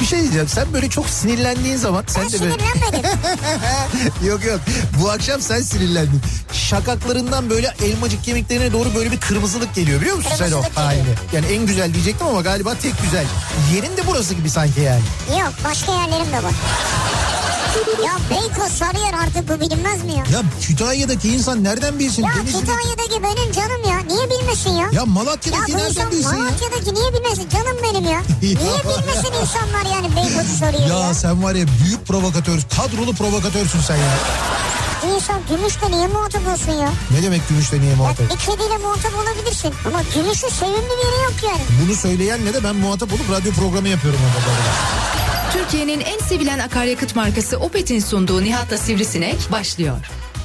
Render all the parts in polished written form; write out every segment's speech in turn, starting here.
Bir şey diyeceğim. Sen böyle çok sinirlendiğin zaman... Ben sen de böyle... sinirlenmedim. Yok. Bu akşam sen sinirlendin. Şakaklarından böyle elmacık kemiklerine doğru böyle bir kırmızılık geliyor, biliyor musun sen o halini? Yani en güzel diyecektim ama galiba tek güzel. Yerin de burası gibi sanki yani. Yok, başka yerlerim de var. Ya Beykoz, Sarıyer, artık bu bilinmez mi ya? Ya Kütahya'daki insan nereden bilsin? Ya Kütahya'daki benim canım ya. Niye bilmesin ya? Ya Malatya'daki ya nereden bilsin ya? Malatya'daki niye bilmesin? Canım benim ya. Niye bilmesin insanlar yani Beykoz'u soruyor ya? Ya sen var ya büyük provokatör, kadrolu provokatörsün sen ya. İnsan gümüşle niye muhatap olsun ya? Ne demek gümüşle niye muhatap? Ya bir kediyle muhatap olabilirsin. Ama gümüşün sevimli bir yeri yok yani. Bunu söyleyenle de ben muhatap olup radyo programı yapıyorum orada. Türkiye'nin en sevilen akaryakıt markası Opet'in sunduğu Nihat'la Sivrisinek başlıyor.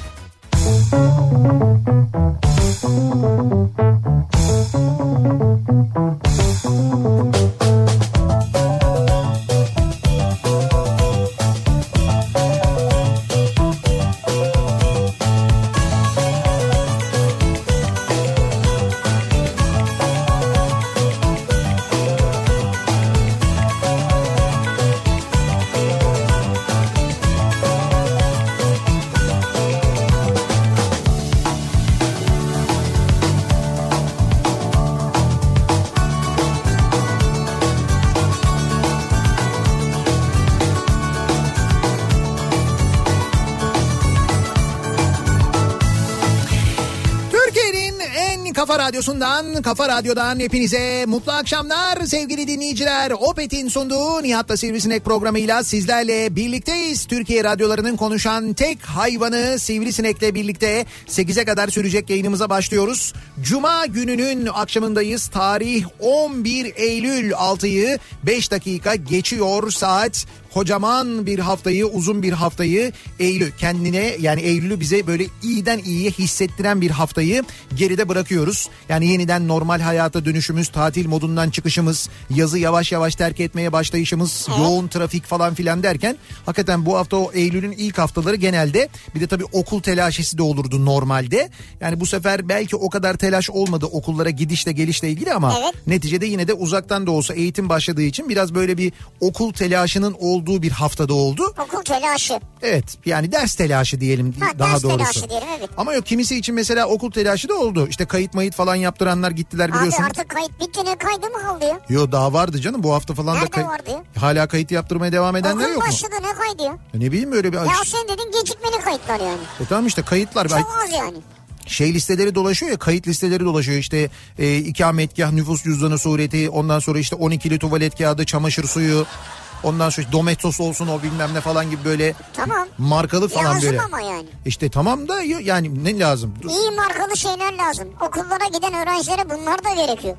Kafa Radyo'dan hepinize mutlu akşamlar sevgili dinleyiciler. Opet'in sunduğu Nihat'la Sivrisinek programıyla sizlerle birlikteyiz. Türkiye radyolarının konuşan tek hayvanı Sivrisinek'le birlikte 8'e kadar sürecek yayınımıza başlıyoruz. Cuma gününün akşamındayız. Tarih 11 Eylül, 6'yı 5 dakika geçiyor saat. Kocaman bir haftayı, uzun bir haftayı, Eylül kendine, yani Eylül'ü bize böyle iyiden iyiye hissettiren bir haftayı geride bırakıyoruz. Yani yeniden normal hayata dönüşümüz, tatil modundan çıkışımız, yazı yavaş yavaş terk etmeye başlayışımız, yoğun trafik falan filan derken hakikaten bu hafta o Eylül'ün ilk haftaları genelde, bir de tabii okul telaşesi de olurdu normalde. Yani bu sefer belki o kadar telaş olmadı okullara gidişle gelişle ilgili ama neticede yine de uzaktan da olsa eğitim başladığı için biraz böyle bir okul telaşının olduğu bir haftada oldu. Okul telaşı. Evet, yani ders telaşı diyelim daha ders doğrusu. Telaşı diyelim, evet. Ama yok, kimisi için mesela okul telaşı da oldu. İşte kayıt mayıt falan yaptıranlar gittiler, biliyorsun. Abi artık kayıt bitti, ne kaydı mı kaldı ya? Yok, daha vardı canım, bu hafta falan. Nerede da vardı ya? Hala kayıt yaptırmaya devam edenler okul yok mu? başladı, ne kaydı ya? Ne bileyim böyle bir... Ya sen dedin gecikmeli kayıtlar yani. Tamam işte kayıtlar. Çok az yani. Şey listeleri dolaşıyor ya, kayıt listeleri dolaşıyor işte, ikametgah, nüfus cüzdanı sureti, ondan sonra işte 12'li tuvalet kağıdı, çamaşır suyu, ondan sonra Domestos olsun o bilmem ne falan gibi böyle markalı falan lazım böyle. Lazım ama yani. İşte tamam da yani ne lazım? İyi markalı şeyler lazım. Okullara giden öğrencilere bunlar da gerekiyor.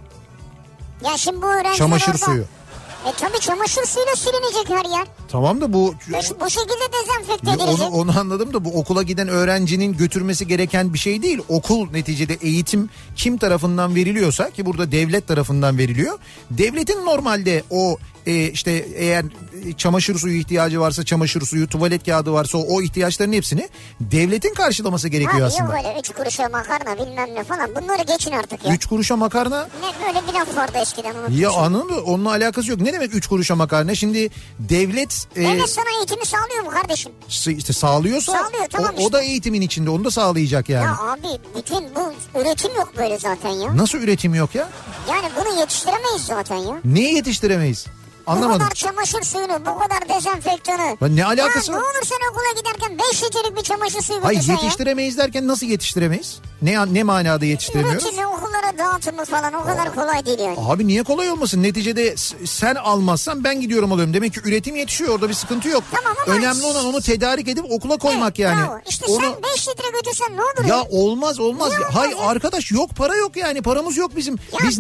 Ya şimdi bu öğrenciler çamaşır orada... suyu. Tabii çamaşır suyuyla silinecek her yer. Tamam da bu şekilde dezenfekte edilecek. Onu anladım da bu okula giden öğrencinin götürmesi gereken bir şey değil. Okul neticede eğitim kim tarafından veriliyorsa, ki burada devlet tarafından veriliyor. Devletin normalde o işte eğer çamaşır suyu ihtiyacı varsa çamaşır suyu, tuvalet kağıdı varsa o ihtiyaçların hepsini devletin karşılaması gerekiyor aslında. Yok öyle 3 kuruşa makarna bilmem ne falan, bunları geçin artık ya. 3 kuruşa makarna? Ne, böyle bir laf vardı eskiden. Ya anladın mı? Onunla alakası yok. Ne demek 3 kuruşa makarna? Şimdi devlet... Devlet sana eğitimi sağlıyor mu kardeşim? İşte sağlıyorsa sağlıyor, tamam o da eğitimin içinde, onu da sağlayacak yani. Ya abi bütün bu üretim yok böyle zaten ya. Nasıl üretim yok ya? Yani bunu yetiştiremeyiz zaten ya. Neyi yetiştiremeyiz? Anlamadım. Bu kadar çamaşır suyunu, bu kadar dezenfektanı. Ne alakası var? Ne olur sen okula giderken 5 litrelik bir çamaşır suyu götürsen ya. Hayır, yetiştiremeyiz derken nasıl yetiştiremeyiz? Ne manada yetiştiremiyoruz? Üretimi, okullara dağıtımı falan o kadar kolay değil yani. Abi niye kolay olmasın? Neticede sen almazsan ben gidiyorum alıyorum. Demek ki üretim yetişiyor, orada bir sıkıntı yok. Tamam ama... Önemli olan onu tedarik edip okula koymak yani. Bravo. İşte sen 5 litre götürsen ne olur ya? Olmaz. Hayır arkadaş, yok para yok yani, paramız yok bizim. Ya biz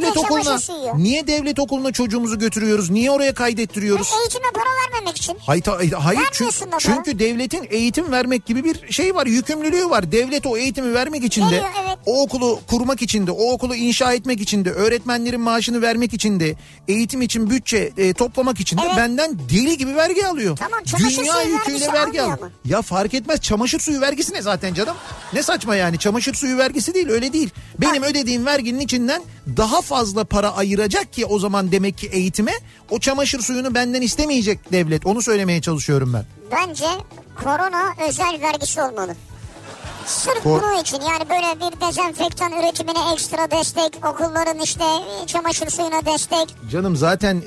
niye devlet okuluna çocuğumuzu götürüyoruz? Niye oraya kaydettiriyoruz? Eğitime para vermemek için. Hayır çünkü devletin eğitim vermek gibi bir şey var, yükümlülüğü var. Devlet o eğitimi vermek için de, o okulu kurmak için de, o okulu inşa etmek için de, öğretmenlerin maaşını vermek için de, eğitim için bütçe toplamak için de benden deli gibi vergi alıyor. Tamam, dünya yüküyle vergi alıyor. Ya fark etmez, çamaşır suyu vergisi ne zaten canım? Ne saçma yani, çamaşır suyu vergisi değil, öyle değil. Benim ödediğim verginin içinden daha fazla para ayıracak ki o zaman demek ki eğitime, O çamaşır suyunu benden istemeyecek devlet. Onu söylemeye çalışıyorum ben. Bence korona özel vergisi olmalı. Sırf bunun için, yani böyle bir dezenfektan üretimine ekstra destek, okulların işte çamaşır suyuna destek. Canım zaten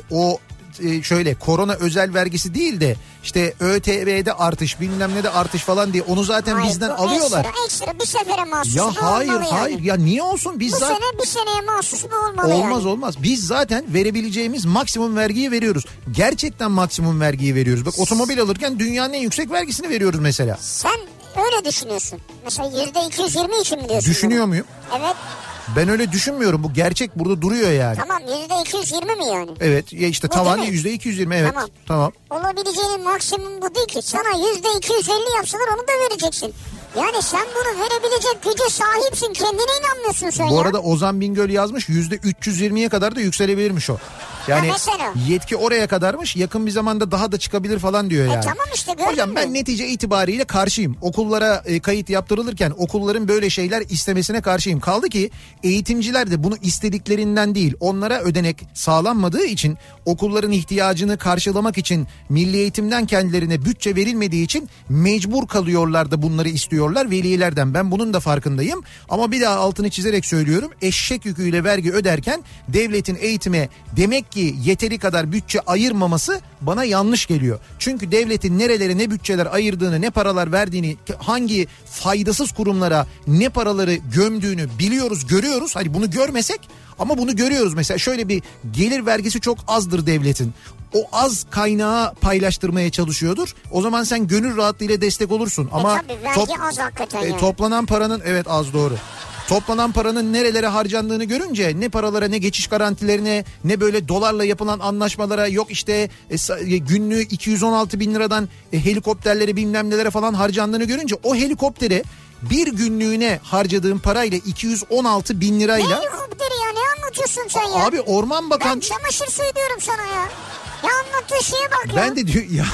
o şöyle korona özel vergisi değil de işte ÖTV'de artış bilmem ne de artış falan diye onu zaten hayır, bizden alıyorlar. Ekstra bir sefere mahsus. Ya bu hayır olmalı yani. hayır ya niye olsun biz bu zaten. sene bir seneye mahsus bu olmalı Olmaz yani. olmaz. Biz zaten verebileceğimiz maksimum vergiyi veriyoruz. Gerçekten maksimum vergiyi veriyoruz. Bak otomobil alırken dünyanın en yüksek vergisini veriyoruz mesela. Sen öyle düşünüyorsun. Mesela %220 için mi diyorsun? Düşünüyor muyum? Evet. Ben öyle düşünmüyorum. Bu gerçek burada duruyor yani. Tamam, %220 mi yani? Evet ya işte Bu tavan değil mi? %220 evet. Tamam. Olabileceğinin maksimum bu değil ki. Sana %250 yapsalar onu da vereceksin. Yani sen bunu verebilecek güce sahipsin. Kendine inanmıyorsun sen Bu ya. arada Ozan Bingöl yazmış %320'ye kadar da yükselebilirmiş o. Yani yetki oraya kadarmış, yakın bir zamanda daha da çıkabilir falan diyor yani. Tamam işte, gördün Hocam mü? ben netice itibariyle karşıyım. Okullara kayıt yaptırılırken okulların böyle şeyler istemesine karşıyım. Kaldı ki eğitimciler de bunu istediklerinden değil, onlara ödenek sağlanmadığı için okulların ihtiyacını karşılamak için Milli Eğitim'den kendilerine bütçe verilmediği için mecbur kalıyorlar da bunları istiyorlar velilerden. Ben bunun da farkındayım ama bir daha altını çizerek söylüyorum. Eşek yüküyle vergi öderken devletin eğitime demek ki yeteri kadar bütçe ayırmaması bana yanlış geliyor. Çünkü devletin nerelere ne bütçeler ayırdığını, ne paralar verdiğini, hangi faydasız kurumlara ne paraları gömdüğünü biliyoruz, görüyoruz. Hani bunu görmesek ama bunu görüyoruz. Mesela şöyle bir gelir vergisi çok azdır devletin. O az kaynağı paylaştırmaya çalışıyordur. O zaman sen gönül rahatlığıyla destek olursun. Ama tabii vergi az hakikaten yani. Toplanan paranın evet az doğru. Toplanan paranın nerelere harcandığını görünce ne paralara, ne geçiş garantilerine, ne böyle dolarla yapılan anlaşmalara, yok işte günlüğü 216 bin liradan helikopterlere bilmem nelere falan harcandığını görünce o helikoptere bir günlüğüne harcadığın parayla 216 bin lirayla. Ne helikopteri ya, ne anlatıyorsun sen ya? Abi Orman Bakan. Ben çamaşır suyu diyorum sana ya. Ya anlattığı şeye bak ya. Ben de diyor ya.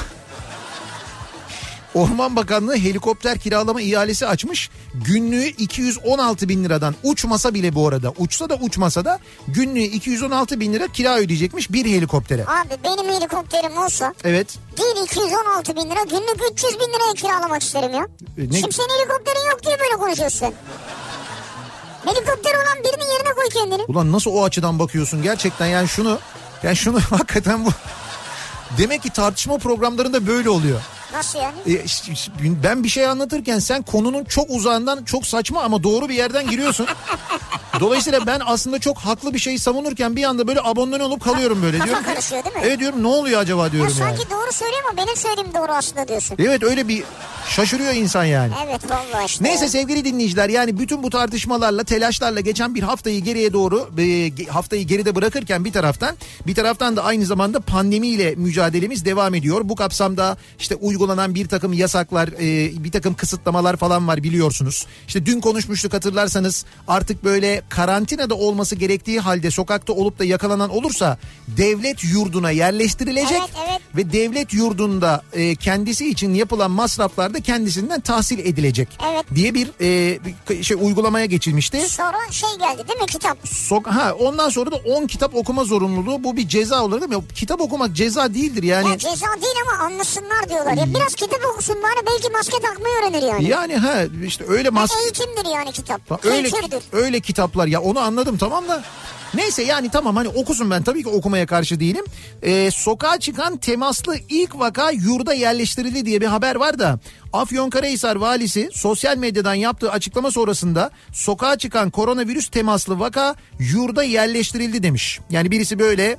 Orman Bakanlığı helikopter kiralama ihalesi açmış. Günlüğü 216 bin liradan, uçmasa bile bu arada, uçsa da uçmasa da günlüğü 216 bin lira kira ödeyecekmiş bir helikoptere. Abi benim helikopterim olsa. Evet. Değil 216 bin lira, günlük 300 bin liraya kiralamak isterim ya. Şimdi senin helikopterin yok diye böyle konuşuyorsun. Helikopter olan birinin yerine koy kendini. Ulan nasıl o açıdan bakıyorsun gerçekten, yani şunu hakikaten bu. Demek ki tartışma programlarında böyle oluyor. Nasıl yani? Ben bir şey anlatırken sen konunun çok uzağından, çok saçma ama doğru bir yerden giriyorsun. Dolayısıyla ben aslında çok haklı bir şeyi savunurken bir anda böyle abondan olup kalıyorum böyle. Kafa diyorum karışıyor değil mi? Evet diyorum, ne oluyor acaba diyorum ya yani. sanki doğru söylüyor ama benim söylediğim doğru aslında diyorsun. Evet, öyle bir şaşırıyor insan yani. Evet vallahi işte. Neyse sevgili dinleyiciler, yani bütün bu tartışmalarla, telaşlarla geçen bir haftayı geriye doğru, haftayı geride bırakırken bir taraftan da aynı zamanda pandemiyle mücadelemiz devam ediyor. Bu kapsamda işte uygulanan bir takım yasaklar, bir takım kısıtlamalar falan var biliyorsunuz. İşte dün konuşmuştuk hatırlarsanız, artık böyle karantinada olması gerektiği halde sokakta olup da yakalanan olursa devlet yurduna yerleştirilecek. Evet. Ve devlet yurdunda kendisi için yapılan masraflar da kendisinden tahsil edilecek. Evet. Diye bir uygulamaya geçilmişti. Sonra geldi değil mi, kitap? Ondan sonra da 10 kitap okuma zorunluluğu, bu bir ceza olarak değil mi? Kitap okumak ceza değildir yani. Ya ceza değil ama anlasınlar diyorlar. Ya biraz kitap okusun bari, belki maske takmayı öğrenir yani. Yani işte öyle eğitimdir yani kitap. Öyle kitaplar ya, onu anladım tamam da. Neyse yani tamam, hani okusun, ben tabii ki okumaya karşı değilim. Sokağa çıkan temaslı ilk vaka yurda yerleştirildi diye bir haber var da Afyonkarahisar valisi sosyal medyadan yaptığı açıklama sonrasında sokağa çıkan koronavirüs temaslı vaka yurda yerleştirildi demiş. Yani birisi böyle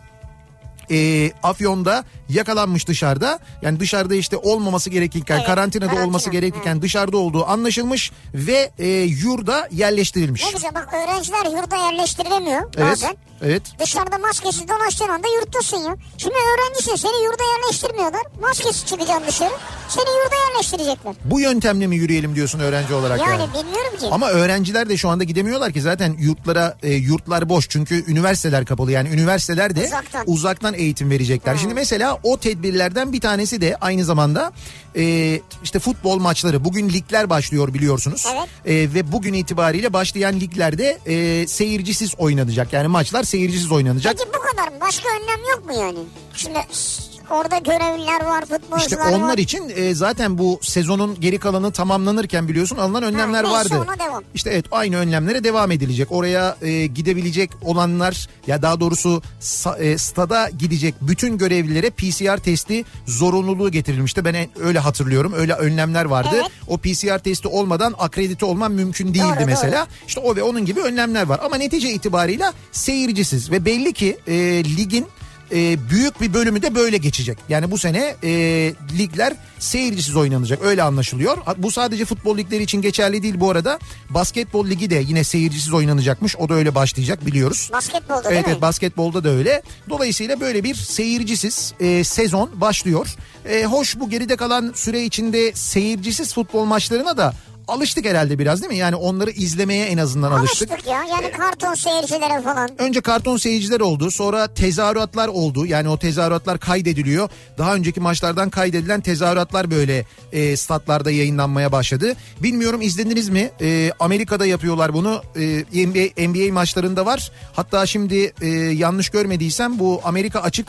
Afyon'da yakalanmış dışarıda, yani dışarıda işte olmaması gerekirken, karantinada olması gerekirken dışarıda olduğu anlaşılmış ve yurda yerleştirilmiş. Ne güzel, bak öğrenciler yurda yerleştirilemiyor bazen. Evet. Dışarıda maskesiz dolaştığın anda yurttasın ya. Şimdi öğrencisin, seni yurda yerleştirmiyorlar. Maskesiz çıkacaksın dışarı, seni yurda yerleştirecekler. Bu yöntemle mi yürüyelim diyorsun öğrenci olarak? Yani bilmiyorum ki. Ama öğrenciler de şu anda gidemiyorlar ki zaten yurtlar boş, çünkü üniversiteler kapalı, yani üniversiteler de uzaktan eğitim verecekler. Şimdi mesela o tedbirlerden bir tanesi de aynı zamanda işte futbol maçları, bugün ligler başlıyor biliyorsunuz. Evet. Ve bugün itibariyle başlayan liglerde seyircisiz oynanacak, yani maçlar seyircisiz oynanacak. Peki bu kadar mı? Başka önlem yok mu yani? Şimdi orada görevliler var, futbolcular İşte var. onlar için zaten bu sezonun geri kalanı tamamlanırken biliyorsun alınan önlemler vardı. Ona devam. İşte evet, aynı önlemlere devam edilecek. Oraya gidebilecek olanlar, ya daha doğrusu stada gidecek bütün görevlilere PCR testi zorunluluğu getirilmişti. Ben öyle hatırlıyorum. Öyle önlemler vardı. Evet. O PCR testi olmadan akredite olman mümkün değildi doğru, mesela. Doğru. İşte o ve onun gibi önlemler var. Ama netice itibarıyla seyircisiz ve belli ki ligin büyük bir bölümü de böyle geçecek. Yani bu sene ligler seyircisiz oynanacak, öyle anlaşılıyor. Bu sadece futbol ligleri için geçerli değil bu arada. Basketbol ligi de yine seyircisiz oynanacakmış. O da öyle başlayacak, biliyoruz. Basketbolda değil mi? Evet, basketbolda da öyle. Dolayısıyla böyle bir seyircisiz sezon başlıyor. Hoş, bu geride kalan süre içinde seyircisiz futbol maçlarına da alıştık herhalde biraz, değil mi? Yani onları izlemeye en azından alıştık. Alıştık ya, yani karton seyircilere falan. Önce karton seyirciler oldu, sonra tezahüratlar oldu. Yani o tezahüratlar kaydediliyor. Daha önceki maçlardan kaydedilen tezahüratlar böyle statlarda yayınlanmaya başladı. Bilmiyorum, izlediniz mi? Amerika'da yapıyorlar bunu. NBA maçlarında var. Hatta şimdi yanlış görmediysem bu Amerika açık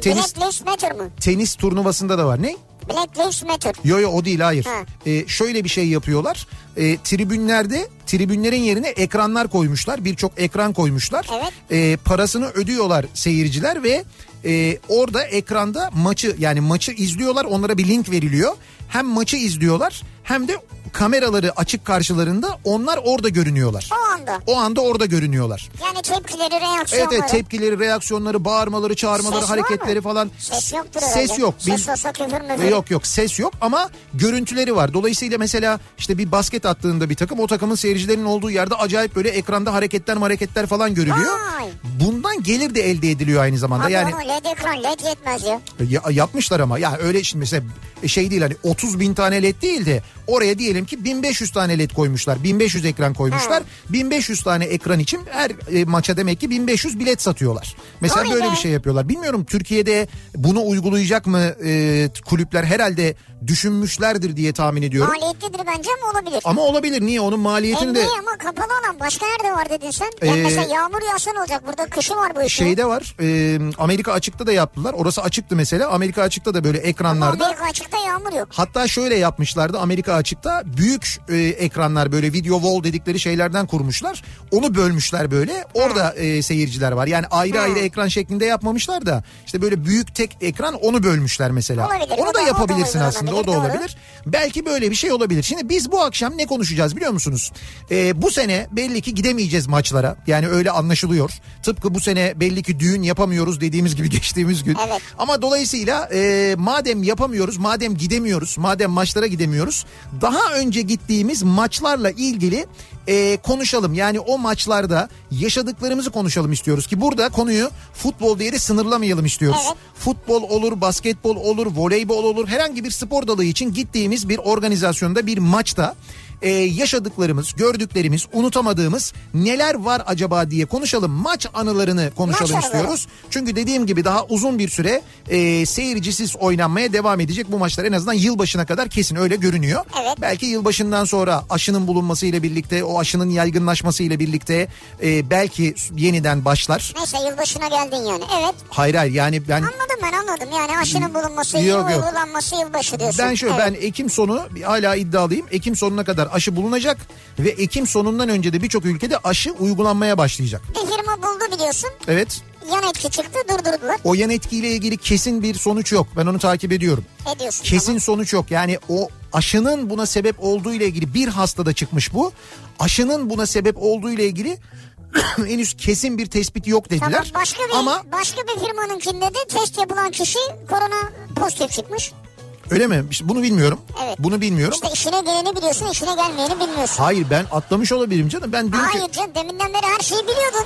tenis turnuvasında da var. Ne? Black Lives Matter. Yo o değil, hayır. Şöyle bir şey yapıyorlar. Tribünlerin yerine ekranlar koymuşlar. Birçok ekran koymuşlar. Evet. Parasını ödüyorlar seyirciler ve orada ekranda maçı izliyorlar. Onlara bir link veriliyor. Hem maçı izliyorlar hem de kameraları açık karşılarında, onlar orada görünüyorlar. O anda orada görünüyorlar. Yani tepkileri, reaksiyonları. Evet, tepkileri, reaksiyonları, bağırmaları, çağırmaları, ses hareketleri falan. Ses yoktur herhalde. Ses yok. Ses olsa küfür mü? Yok ses yok ama görüntüleri var. Dolayısıyla mesela işte bir basket attığında bir takım, o takımın seyircilerinin olduğu yerde acayip böyle ekranda hareketler falan görülüyor. Vay. Bundan gelir de elde ediliyor aynı zamanda. Abi yani LED ekran, LED yetmez ya. Yapmışlar ama ya öyle şimdi mesela değil, hani 30 bin tane LED değil de oraya diyelim ki 1500 tane LED koymuşlar. 1500 ekran koymuşlar. 1500 tane ekran için her maça demek ki 1500 bilet satıyorlar. Mesela böyle bir şey yapıyorlar. Bilmiyorum, Türkiye'de bunu uygulayacak mı kulüpler? Herhalde düşünmüşlerdir diye tahmin ediyorum. Maliyetlidir bence ama olabilir. Ama olabilir. Niye? Onun maliyetini de... Ama kapalı alan başka nerede var dedin sen? Yani mesela yağmur yağsa ne olacak? Burada kışı var bu işin. Şeyde var. Amerika Açık'ta da yaptılar. Orası açıktı mesela. Amerika Açık'ta da böyle ekranlarda. Ama Amerika Açık'ta yağmur yok. Hatta şöyle yapmışlardı Amerika Açık'ta. Büyük ekranlar, böyle video wall dedikleri şeylerden kurmuşlar. Onu bölmüşler böyle. Orada seyirciler var. Yani ayrı ekran şeklinde yapmamışlar da. İşte böyle büyük tek ekran, onu bölmüşler mesela. Olabilir. Onu da yapabilirsin aslında. O da olabilir. Doğru. Belki böyle bir şey olabilir. Şimdi biz bu akşam ne konuşacağız biliyor musunuz? Bu sene belli ki gidemeyeceğiz maçlara. Yani öyle anlaşılıyor. Tıpkı bu sene belli ki düğün yapamıyoruz dediğimiz gibi geçtiğimiz gün. Evet. Ama dolayısıyla madem yapamıyoruz, madem gidemiyoruz, madem maçlara gidemiyoruz, daha önce gittiğimiz maçlarla ilgili konuşalım. Yani o maçlarda yaşadıklarımızı konuşalım istiyoruz ki burada konuyu futbol diye de sınırlamayalım istiyoruz. Evet. Futbol olur, basketbol olur, voleybol olur, herhangi bir spor dalı için gittiğimiz bir organizasyonda, bir maçta yaşadıklarımız, gördüklerimiz, unutamadığımız neler var acaba diye konuşalım. Maç anılarını konuşalım istiyoruz. Çünkü dediğim gibi daha uzun bir süre seyircisiz oynanmaya devam edecek bu maçlar. En azından yılbaşına kadar kesin öyle görünüyor. Evet. Belki yılbaşından sonra aşının bulunmasıyla birlikte, o aşının yaygınlaşmasıyla birlikte belki yeniden başlar. Neyse, yılbaşına geldin yani. Evet. Hayır yani ben... Anladım yani aşının bulunması, uygulanması yılbaşı diyorsun. Ben Ekim sonu, hala iddialıyım. Ekim sonuna kadar aşı bulunacak ve Ekim sonundan önce de birçok ülkede aşı uygulanmaya başlayacak. Bir firma buldu biliyorsun. Evet. Yan etki çıktı, durdurdular. O yan etkiyle ilgili kesin bir sonuç yok. Ben onu takip ediyorum. Ediyorsun. Kesin sonuç yok. Yani o aşının buna sebep olduğu ile ilgili bir hastada çıkmış bu. Aşının buna sebep olduğu ile ilgili henüz kesin bir tespit yok dediler. Tamam, başka bir firmanınkinde de test yapılan kişi korona pozitif çıkmış. Öyle mi? Bunu bilmiyorum. Evet. Bunu bilmiyorum. İşte işine geleni biliyorsun, işine gelmeyeni bilmiyorsun. Hayır, ben atlamış olabilirim canım. Hayır canım, deminden beri her şeyi biliyordun.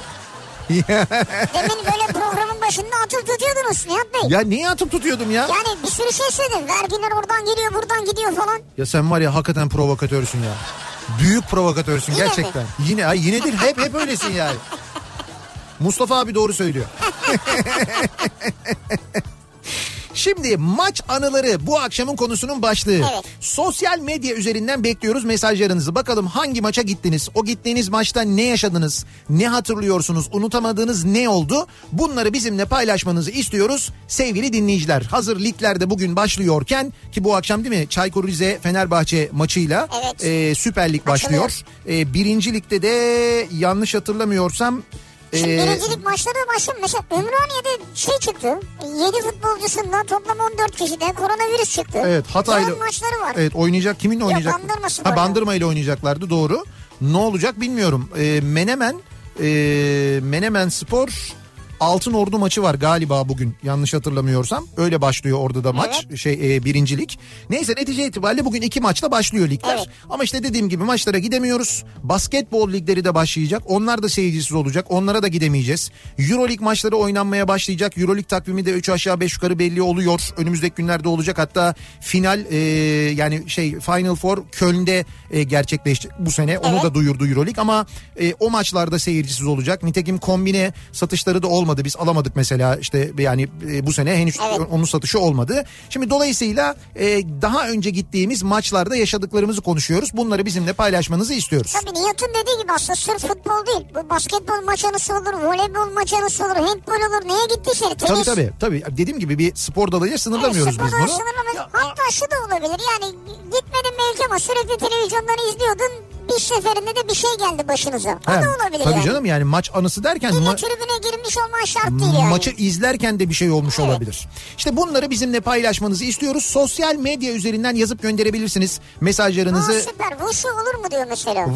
Demin böyle programın başında atıp tutuyordunuz Nihat Bey. Ya niye atıp tutuyordum ya? Yani bir sürü şey söyledin. Vergiler oradan geliyor, buradan gidiyor falan. Ya sen var ya, hakikaten provokatörsün ya. Büyük provokatörsün yine gerçekten. Mi? Yine değil, hep öylesin yani. Mustafa abi doğru söylüyor. Şimdi Şimdi maç anıları bu akşamın konusunun başlığı. Evet. Sosyal medya üzerinden bekliyoruz mesajlarınızı. Bakalım hangi maça gittiniz? O gittiğiniz maçta ne yaşadınız? Ne hatırlıyorsunuz? Unutamadığınız ne oldu? Bunları bizimle paylaşmanızı istiyoruz sevgili dinleyiciler. Hazır liglerde bugün başlıyorken ki bu akşam değil mi? Çaykur Rize Fenerbahçe maçıyla Süper Lig başlıyor. Birinci ligde de yanlış hatırlamıyorsam Şimdi birincilik maçları da başlıyor. Mesela Ümraniye'de çıktı. 7 futbolcusundan toplam 14 kişiden koronavirüs çıktı. Evet, Hatay'la. Yoğun maçları var. Evet, oynayacak kiminle oynayacak? Ya Bandırma Spor'la. Bandırma ile oynayacaklardı, doğru. Ne olacak bilmiyorum. Menemen Spor Altınordu maçı var galiba bugün, yanlış hatırlamıyorsam. Öyle başlıyor orada da maç. Evet. Birincilik. Neyse, netice itibariyle bugün 2 maçla başlıyor ligler. Evet. Ama işte dediğim gibi maçlara gidemiyoruz. Basketbol ligleri de başlayacak. Onlar da seyircisiz olacak. Onlara da gidemeyeceğiz. Euroleague maçları oynanmaya başlayacak. Euroleague takvimi de 3 aşağı 5 yukarı belli oluyor. Önümüzdeki günlerde olacak. Hatta final Final Four Köln'de gerçekleşecek bu sene. Evet. Onu da duyurdu Euroleague ama o maçlarda seyircisiz olacak. Nitekim kombine satışları da olmadı. Biz alamadık mesela işte yani bu sene henüz onun satışı olmadı. Şimdi dolayısıyla daha önce gittiğimiz maçlarda yaşadıklarımızı konuşuyoruz. Bunları bizimle paylaşmanızı istiyoruz. Tabii Nihat'ın dediği gibi aslında sırf futbol değil. Bu basketbol maç anısı olur, voleybol maç anısı olur, handbol olur. Neye gittiyse tenis. Tabii. Dediğim gibi bir spor dalıyla sınırlamıyoruz biz bunu. Spor dalıyla sınırlamıyoruz. Hatta şu da olabilir. Yani gitmedin belki ama sürekli televizyondan izliyordun. Bir seferinde de bir şey geldi başınıza. O da olabilir tabii canım, yani maç anısı derken... tribüne girmiş olman şart değil yani. Maçı izlerken de bir şey olmuş olabilir. İşte bunları bizimle paylaşmanızı istiyoruz. Sosyal medya üzerinden yazıp gönderebilirsiniz mesajlarınızı. Süper. Wushu olur mu diyor mesela.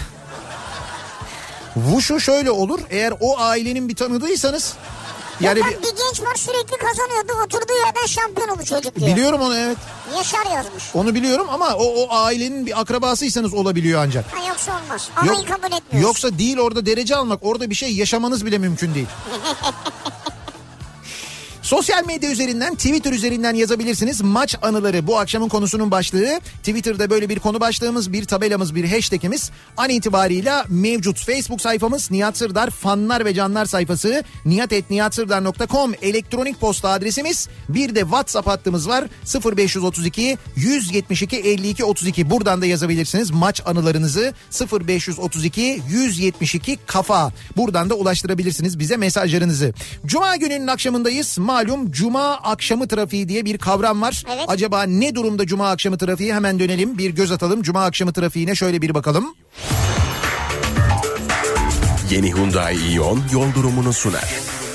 Wushu şöyle olur. Eğer o ailenin bir tanıdıysanız... Yani bir genç var sürekli kazanıyordu, oturduğu yerden şampiyon oldu çocuk diyor. Biliyorum onu, evet. Yaşar yazmış. Onu biliyorum ama o ailenin bir akrabasıysanız olabiliyor ancak. Yoksa olmaz. Alayı kabul etmiyoruz. Yoksa değil, orada derece almak, orada bir şey yaşamanız bile mümkün değil. Sosyal medya üzerinden, Twitter üzerinden yazabilirsiniz. Maç anıları bu akşamın konusunun başlığı. Twitter'da böyle bir konu başlığımız, bir tabelamız, bir hashtagimiz an itibarıyla mevcut. Facebook sayfamız Nihat Sırdar fanlar ve canlar sayfası, nihat@nihatsırdar.com elektronik posta adresimiz. Bir de WhatsApp hattımız var, 0532 172 52 32. Buradan da yazabilirsiniz maç anılarınızı. 0532 172 kafa. Buradan da ulaştırabilirsiniz bize mesajlarınızı. Cuma gününün akşamındayız. Malum Cuma akşamı trafiği diye bir kavram var. Evet. Acaba ne durumda Cuma akşamı trafiği? Hemen dönelim, bir göz atalım. Cuma akşamı trafiğine şöyle bir bakalım. Yeni Hyundai Ion yol durumunu sunar.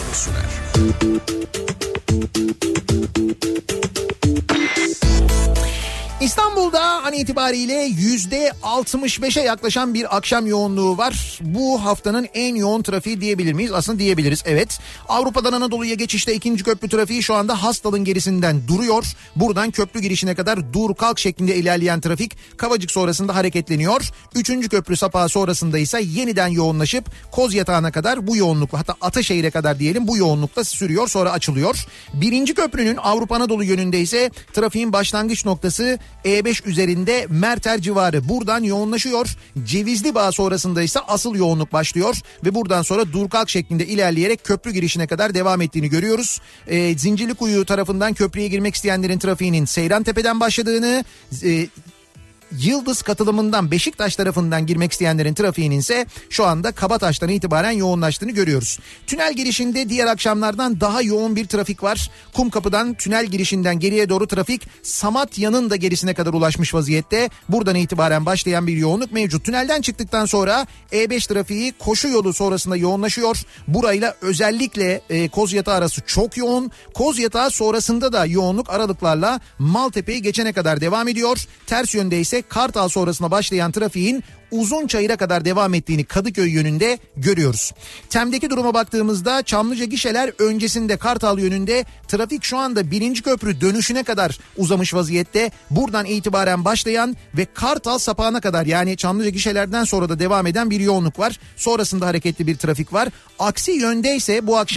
İstanbul'da an itibariyle %65'e yaklaşan bir akşam yoğunluğu var. Bu haftanın en yoğun trafiği diyebilir miyiz? Aslında diyebiliriz, evet. Avrupa'dan Anadolu'ya geçişte 2. köprü trafiği şu anda Hastal'ın gerisinden duruyor. Buradan köprü girişine kadar dur kalk şeklinde ilerleyen trafik Kavacık sonrasında hareketleniyor. 3. köprü sapağı sonrasında ise yeniden yoğunlaşıp Kozyatağı'na kadar bu yoğunlukla, hatta Ataşehir'e kadar diyelim, bu yoğunlukta sürüyor, sonra açılıyor. 1. köprünün Avrupa Anadolu yönünde ise trafiğin başlangıç noktası E5 üzerinde Merter civarı, buradan yoğunlaşıyor. Cevizlibağ sonrasında ise asıl yoğunluk başlıyor ve buradan sonra dur kalk şeklinde ilerleyerek köprü girişine kadar devam ettiğini görüyoruz. Zincirlikuyu tarafından köprüye girmek isteyenlerin trafiğinin Seyrantepe'den başladığını, Yıldız katılımından Beşiktaş tarafından girmek isteyenlerin trafiğinin ise şu anda Kabataş'tan itibaren yoğunlaştığını görüyoruz. Tünel girişinde diğer akşamlardan daha yoğun bir trafik var. Kumkapı'dan tünel girişinden geriye doğru trafik Samatya'nın da gerisine kadar ulaşmış vaziyette. Buradan itibaren başlayan bir yoğunluk mevcut. Tünelden çıktıktan sonra E5 trafiği koşu yolu sonrasında yoğunlaşıyor. Burayla özellikle Kozyatağı arası çok yoğun. Kozyatağı sonrasında da yoğunluk aralıklarla Maltepe'yi geçene kadar devam ediyor. Ters yönde ise Kartal sonrasında başlayan trafiğin Uzunçayır'a kadar devam ettiğini Kadıköy yönünde görüyoruz. TEM'deki duruma baktığımızda Çamlıca gişeler öncesinde Kartal yönünde trafik şu anda 1. köprü dönüşüne kadar uzamış vaziyette. Buradan itibaren başlayan ve Kartal sapağına kadar, yani Çamlıca gişelerden sonra da devam eden bir yoğunluk var. Sonrasında hareketli bir trafik var. Aksi yönde ise bu akşam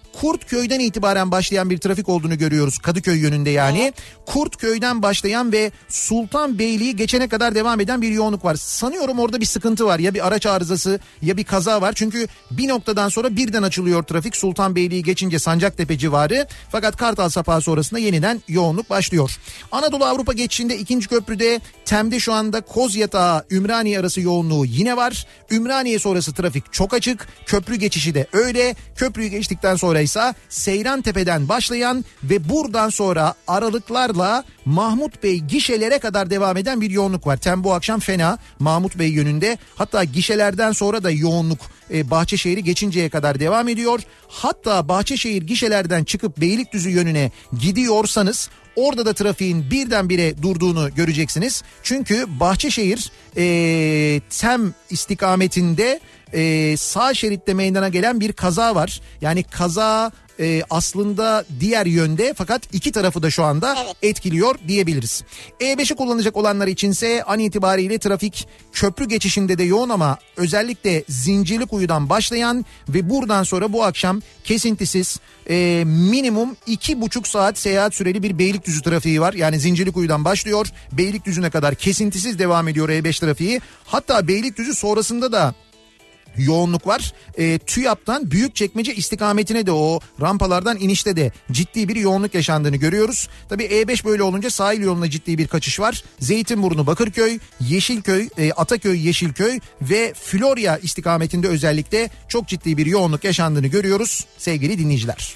Kurtköy'den itibaren başlayan bir trafik olduğunu görüyoruz. Kadıköy yönünde yani. Kurtköy'den başlayan ve Sultanbeyli'yi geçene kadar devam eden bir yoğunluk var. Sanıyorum orada bir sıkıntı var. Ya bir araç arızası ya bir kaza var. Çünkü bir noktadan sonra birden açılıyor trafik. Sultanbeyli'yi geçince Sancaktepe civarı. Fakat Kartal Sapağı sonrasında yeniden yoğunluk başlıyor. Anadolu Avrupa geçişinde 2. köprüde Tem'de şu anda Kozyatağı Ümraniye arası yoğunluğu yine var. Ümraniye sonrası trafik çok açık. Köprü geçişi de öyle. Köprüyü geçtikten sonra ise Seyrantepe'den başlayan ve buradan sonra aralıklarla Mahmut Bey gişelere kadar devam eden bir yoğunluk var. Tem bu akşam fena Mahmut Bey yönünde. Hatta gişelerden sonra da yoğunluk Bahçeşehir'i geçinceye kadar devam ediyor. Hatta Bahçeşehir gişelerden çıkıp Beylikdüzü yönüne gidiyorsanız orada da trafiğin birdenbire durduğunu göreceksiniz. Çünkü Bahçeşehir Tem istikametinde sağ şeritte meydana gelen bir kaza var. Yani kaza aslında diğer yönde fakat iki tarafı da şu anda etkiliyor diyebiliriz. E5'i kullanacak olanlar içinse an itibariyle trafik köprü geçişinde de yoğun ama özellikle Zincirlikuyu'dan başlayan ve buradan sonra bu akşam kesintisiz minimum 2,5 saat seyahat süreli bir Beylikdüzü trafiği var. Yani Zincirlikuyu'dan başlıyor Beylikdüzü'ne kadar kesintisiz devam ediyor E5 trafiği. Hatta Beylikdüzü sonrasında da yoğunluk var. TÜYAP'tan Büyükçekmece istikametine de o rampalardan inişte de ciddi bir yoğunluk yaşandığını görüyoruz. Tabii E5 böyle olunca sahil yoluna ciddi bir kaçış var. Zeytinburnu, Bakırköy, Yeşilköy, Ataköy, Yeşilköy ve Florya istikametinde özellikle çok ciddi bir yoğunluk yaşandığını görüyoruz sevgili dinleyiciler.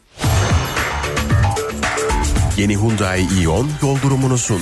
Yeni Hyundai Ion yol durumunu sundu.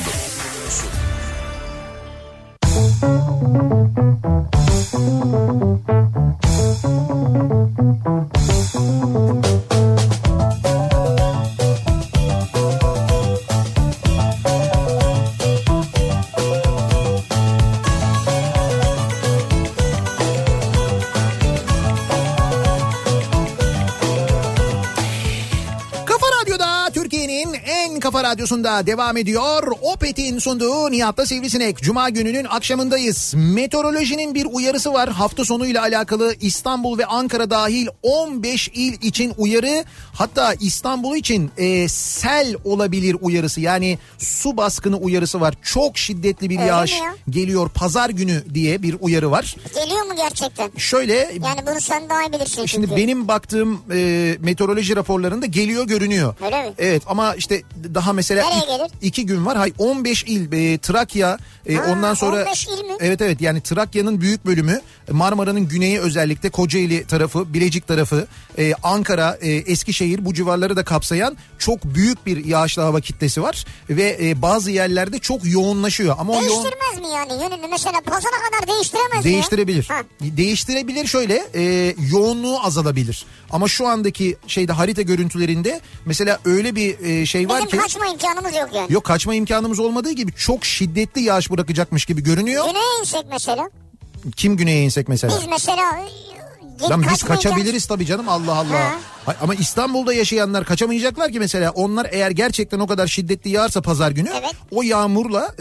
Kafa Radyosu'nda devam ediyor. Opet'in sunduğu Nihat'la Sivrisinek. Cuma gününün akşamındayız. Meteorolojinin bir uyarısı var. Hafta sonuyla alakalı İstanbul ve Ankara dahil 15 il için uyarı. Hatta İstanbul için sel olabilir uyarısı. Yani su baskını uyarısı var. Çok şiddetli bir yağış geliyor pazar günü diye bir uyarı var. Geliyor mu gerçekten? Şöyle. Yani bunu sen daha iyi bilirsin. Şimdi çünkü benim baktığım meteoroloji raporlarında geliyor görünüyor. Öyle mi? Evet ama işte daha mesela 2 gün var. 15 il Trakya ondan sonra 15 il mi? Evet yani Trakya'nın büyük bölümü, Marmara'nın güneyi özellikle Kocaeli tarafı, Bilecik tarafı, Ankara, Eskişehir bu civarları da kapsayan çok büyük bir yağışlı hava kitlesi var ve bazı yerlerde çok yoğunlaşıyor. Ama değiştirmez mi yani yönünü mesela pazara kadar değiştiremez değiştirebilir. mi? Değiştirebilir şöyle yoğunluğu azalabilir. Ama şu andaki harita görüntülerinde mesela öyle bir şey var ki. Bizim kaçma imkanımız yok yani. Yok, kaçma imkanımız olmadığı gibi çok şiddetli yağış bırakacakmış gibi görünüyor. Güneye insek mesela. Kim güneye insek mesela? Biz mesela. Lan biz kaçabiliriz tabii canım, Allah Allah. Ama İstanbul'da yaşayanlar kaçamayacaklar ki mesela. Onlar eğer gerçekten o kadar şiddetli yağarsa pazar günü o yağmurla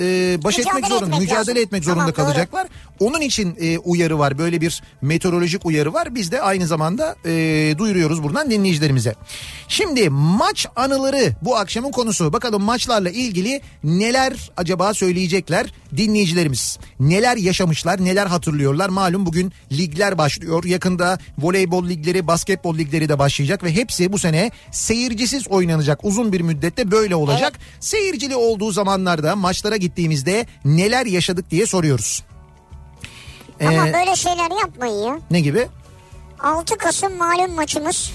mücadele etmek zorunda kalacaklar. Doğru. Onun için uyarı var, böyle bir meteorolojik uyarı var. Biz de aynı zamanda duyuruyoruz buradan dinleyicilerimize. Şimdi maç anıları bu akşamın konusu. Bakalım maçlarla ilgili neler acaba söyleyecekler dinleyicilerimiz. Neler yaşamışlar, neler hatırlıyorlar. Malum bugün ligler başlıyor. Yakında voleybol ligleri, basketbol ligleri de başlayacak ve hepsi bu sene seyircisiz oynanacak. Uzun bir müddette böyle olacak. Evet. Seyircili olduğu zamanlarda maçlara gittiğimizde neler yaşadık diye soruyoruz. Ama böyle şeyler yapmayın ya. Ne gibi? 6 Kasım malum maçımız.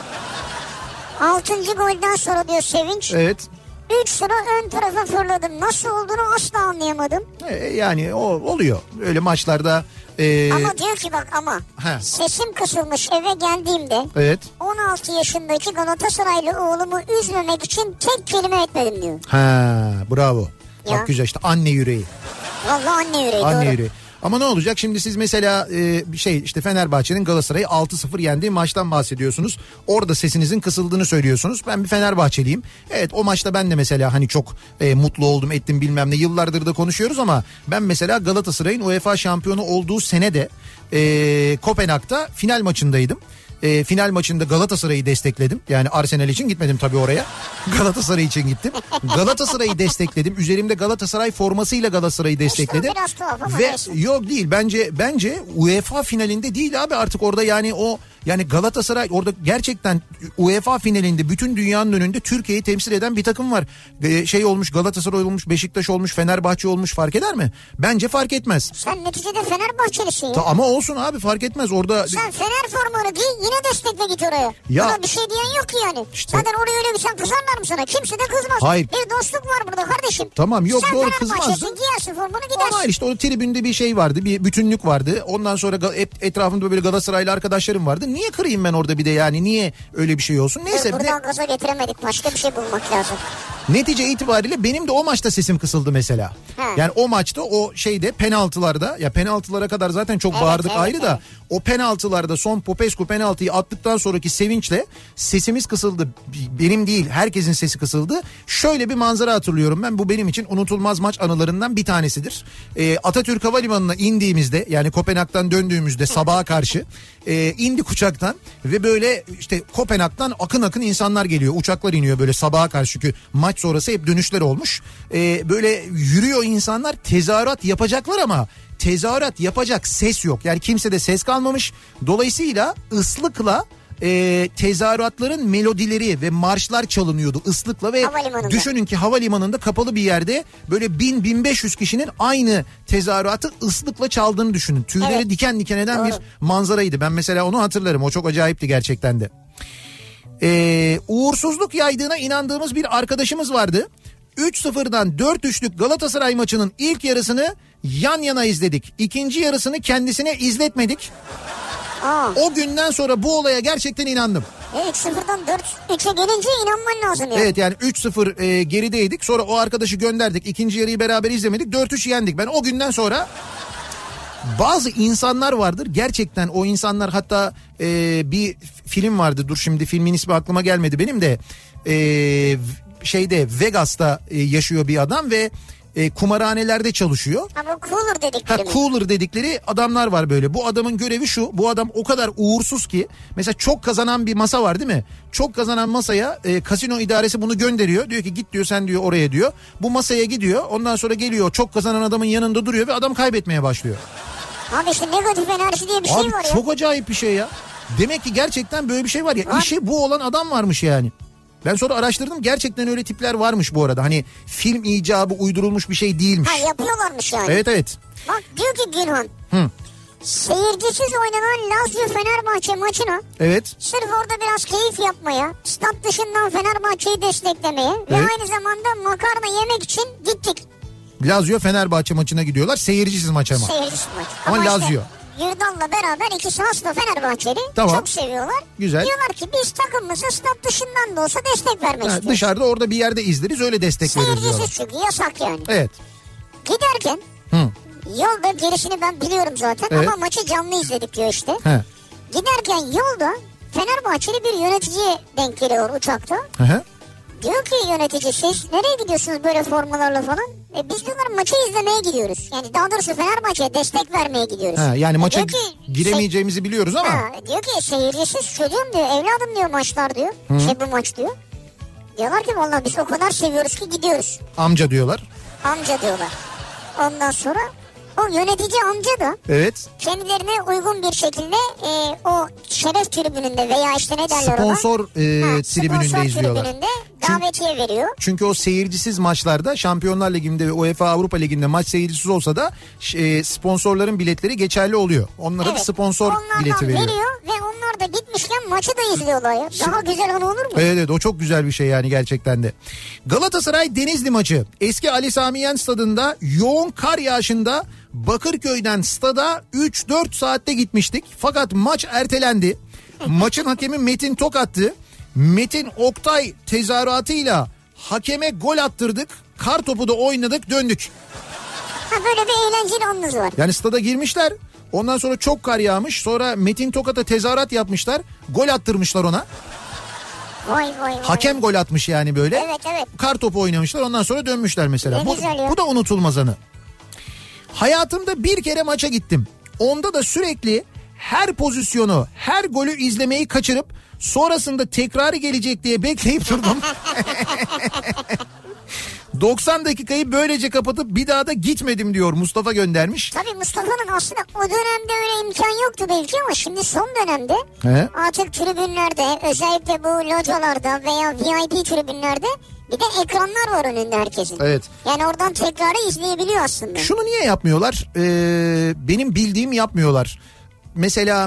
6. golden sonra diyor sevinç. Evet. 3 sıra ön tarafa fırladım. Nasıl olduğunu asla anlayamadım. Yani o oluyor. Öyle maçlarda. Ama diyor ki bak sesim kısılmış eve geldiğimde 16 yaşındaki Galatasaraylı oğlumu üzmemek için tek kelime etmedim diyor. Bravo. Ya. Bak güzel işte, anne yüreği. Vallahi anne yüreği. Anne yüreği. Ama ne olacak şimdi, siz mesela Fenerbahçe'nin Galatasaray'ı 6-0 yendiği maçtan bahsediyorsunuz. Orada sesinizin kısıldığını söylüyorsunuz. Ben bir Fenerbahçeliyim. Evet, o maçta ben de mesela çok mutlu oldum ettim bilmem ne, yıllardır da konuşuyoruz ama ben mesela Galatasaray'ın UEFA şampiyonu olduğu sene de Kopenhag'da final maçındaydım. final maçında Galatasaray'ı destekledim. Yani Arsenal için gitmedim tabii oraya. Galatasaray için gittim. Galatasaray'ı destekledim. Üzerimde Galatasaray formasıyla Galatasaray'ı destekledim. İşte biraz tuhaf ama ve neyse. yok değil bence UEFA finalinde değil abi artık orada yani o yani Galatasaray orada gerçekten UEFA finalinde bütün dünyanın önünde Türkiye'yi temsil eden bir takım var. Şey olmuş, Galatasaray olmuş, Beşiktaş olmuş, Fenerbahçe olmuş, fark eder mi? Bence fark etmez. Sen neticede Fenerbahçelisin ya. Ama olsun abi, fark etmez orada. Sen Fener formanı giy, yine destekle git oraya. Ya, buna bir şey diyen yok ki yani. İşte, zaten oraya öyle bir sen kızarlar mı sana? Kimse de kızmaz. Hayır. Bir dostluk var burada kardeşim. Tamam, yok sen doğru, kızmazsın. Sen Fenerbahçe'sin, giyersin formanı gidersin. Ama işte o tribünde bir şey vardı, bir bütünlük vardı. Ondan sonra etrafımda böyle Galatasaraylı arkadaşlarım vardı. Niye kırayım ben orada bir de yani, niye öyle bir şey olsun? Neyse. Buradan gaza getiremedik, başka bir şey bulmak lazım. Netice itibariyle benim de o maçta sesim kısıldı mesela. Yani o maçta o şeyde penaltılarda, ya penaltılara kadar zaten çok bağırdık ayrı da o penaltılarda son Popescu penaltıyı attıktan sonraki sevinçle sesimiz kısıldı. Benim değil, herkesin sesi kısıldı. Şöyle bir manzara hatırlıyorum ben, bu benim için unutulmaz maç anılarından bir tanesidir. Atatürk Havalimanı'na indiğimizde, yani Kopenhag'dan döndüğümüzde sabaha karşı indik uçaktan ve böyle işte Kopenhag'dan akın akın insanlar geliyor. Uçaklar iniyor böyle sabaha karşı, çünkü maç sonrası hep dönüşler olmuş. Böyle yürüyor insanlar, tezahürat yapacaklar ama tezahürat yapacak ses yok. Yani kimsede ses kalmamış. Dolayısıyla ıslıkla tezahüratların melodileri ve marşlar çalınıyordu ıslıkla ve düşünün ki havalimanında kapalı bir yerde böyle 1000-1500 kişinin aynı tezahüratı ıslıkla çaldığını düşünün. Tüyleri diken diken eden bir manzaraydı. Ben mesela onu hatırlarım. O çok acayipti gerçekten de. Uğursuzluk yaydığına inandığımız bir arkadaşımız vardı. 3-0'dan 4-3'lük Galatasaray maçının ilk yarısını yan yana izledik. İkinci yarısını kendisine izletmedik. O günden sonra bu olaya gerçekten inandım. 3-0'dan 4-3'e gelince inanman lazım yani. Evet, yani 3-0 gerideydik. Sonra o arkadaşı gönderdik. İkinci yarıyı beraber izlemedik. 4-3 yendik. Ben o günden sonra... Bazı insanlar vardır gerçekten, o insanlar, hatta bir film vardı, dur şimdi filmin ismi aklıma gelmedi benim de, Vegas'ta yaşıyor bir adam ve kumarhanelerde çalışıyor. Ama cooler dedikleri cooler dedikleri adamlar var böyle. Bu adamın görevi şu: bu adam o kadar uğursuz ki mesela çok kazanan bir masa var değil mi? Çok kazanan masaya kasino idaresi bunu gönderiyor. Diyor ki git diyor, sen diyor oraya diyor. Bu masaya gidiyor, ondan sonra geliyor, çok kazanan adamın yanında duruyor ve adam kaybetmeye başlıyor. Abi işte negatif enerji diye bir şey var ya. Çok acayip bir şey ya. Demek ki gerçekten böyle bir şey var ya. İşi bu olan adam varmış yani. Ben sonra araştırdım, gerçekten öyle tipler varmış bu arada. Hani film icabı uydurulmuş bir şey değilmiş. Yapıyorlarmış yani. Evet. Bak diyor ki Günhan. Seyircisiz oynanan Lazio Fenerbahçe maçına sırf orada biraz keyif yapmaya, stat dışından Fenerbahçe'yi desteklemeye ve aynı zamanda makarna yemek için gittik. Lazio Fenerbahçe maçına gidiyorlar, seyircisiz maç ama. Seyircisiz maç. Ama Lazio. Yurdal'la beraber ikisi hasta Fenerbahçeli. Tamam. Çok seviyorlar. Güzel. Diyorlar ki biz takımımıza stat dışından da olsa destek vermek istiyoruz. Dışarıda orada bir yerde izleriz, öyle destek veririz diyorlar. Seyircisiz çünkü yasak yani. Evet. Giderken yolda, gerisini ben biliyorum zaten ama maçı canlı izledik diyor işte. Giderken yolda Fenerbahçeli bir yöneticiye denk geliyor uçakta. Diyor ki yönetici, siz nereye gidiyorsunuz böyle formalarla falan? Biz diyorlar maçı izlemeye gidiyoruz. Yani daha doğrusu Fenerbahçe'ye destek vermeye gidiyoruz. Yani maça giremeyeceğimizi biliyoruz ama. Diyor ki seyircisiz çocuğum diyor, evladım diyor maçlar diyor. Bu maç diyor. Diyorlar ki vallahi biz o kadar seviyoruz ki gidiyoruz. Amca diyorlar. Amca diyorlar. Ondan sonra o yönetici amca da kendilerine uygun bir şekilde o şeref tribününde veya işte ne derler ona? Sponsor tribününde izliyorlar. Tribününde davetiye veriyor. Çünkü o seyircisiz maçlarda, Şampiyonlar Ligi'nde ve UEFA Avrupa Ligi'nde maç seyircisiz olsa da sponsorların biletleri geçerli oluyor. Onlara da sponsor bileti veriyor. Ve onlar da gitmişken maçı da izliyorlar ya. Daha güzel anı olur mu? Evet, o çok güzel bir şey yani gerçekten de. Galatasaray Denizli maçı. Eski Ali Sami Yen stadında yoğun kar yağışında Bakırköy'den stada 3-4 saatte gitmiştik. Fakat maç ertelendi. Maçın hakemi Metin Tokat'tı. Metin Oktay tezahüratıyla hakeme gol attırdık. Kar topu da oynadık, döndük. Böyle bir eğlenceli anınız var. Yani stada girmişler. Ondan sonra çok kar yağmış. Sonra Metin Tokat'a tezahürat yapmışlar. Gol attırmışlar ona. Vay. Hakem gol atmış yani böyle. Evet. Kar topu oynamışlar, ondan sonra dönmüşler mesela. Bu da unutulmaz anı. Hayatımda bir kere maça gittim. Onda da sürekli her pozisyonu, her golü izlemeyi kaçırıp sonrasında tekrarı gelecek diye bekleyip durdum. 90 dakikayı böylece kapatıp bir daha da gitmedim diyor, Mustafa göndermiş. Tabii Mustafa'nın aslında o dönemde öyle imkan yoktu belki ama şimdi son dönemde artık tribünlerde, özellikle bu localarda veya VIP tribünlerde bir de ekranlar var önünde herkesin. Evet. Yani oradan tekrarı izleyebiliyor aslında. Şunu niye yapmıyorlar? Benim bildiğim yapmıyorlar. Mesela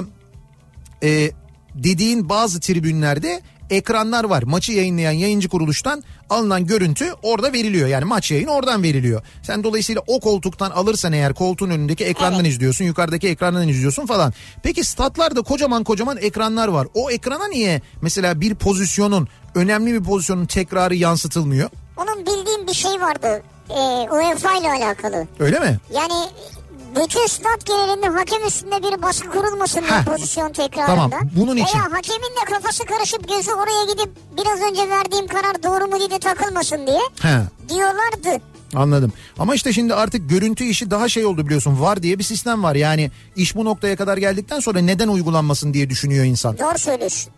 dediğin bazı tribünlerde ekranlar var. Maçı yayınlayan yayıncı kuruluştan alınan görüntü orada veriliyor. Yani maç yayını oradan veriliyor. Sen dolayısıyla o koltuktan alırsan eğer koltuğun önündeki ekrandan izliyorsun. Yukarıdaki ekrandan izliyorsun falan. Peki statlarda kocaman ekranlar var. O ekrana niye mesela bir pozisyonun, önemli bir pozisyonun tekrarı yansıtılmıyor? Onun bildiğim bir şey vardı. UEFA ile alakalı. Öyle mi? Yani bütün stat genelinde hakem üstünde bir baskı kurulmasın diye pozisyon tekrarında. Tamam, bunun için. Veya hakemin de kafası karışıp gözü oraya gidip biraz önce verdiğim karar doğru mu diye takılmasın diye diyorlardı. Anladım. Ama işte şimdi artık görüntü işi daha şey oldu biliyorsun. VAR diye bir sistem var. Yani iş bu noktaya kadar geldikten sonra neden uygulanmasın diye düşünüyor insan. Doğru söylüyorsun.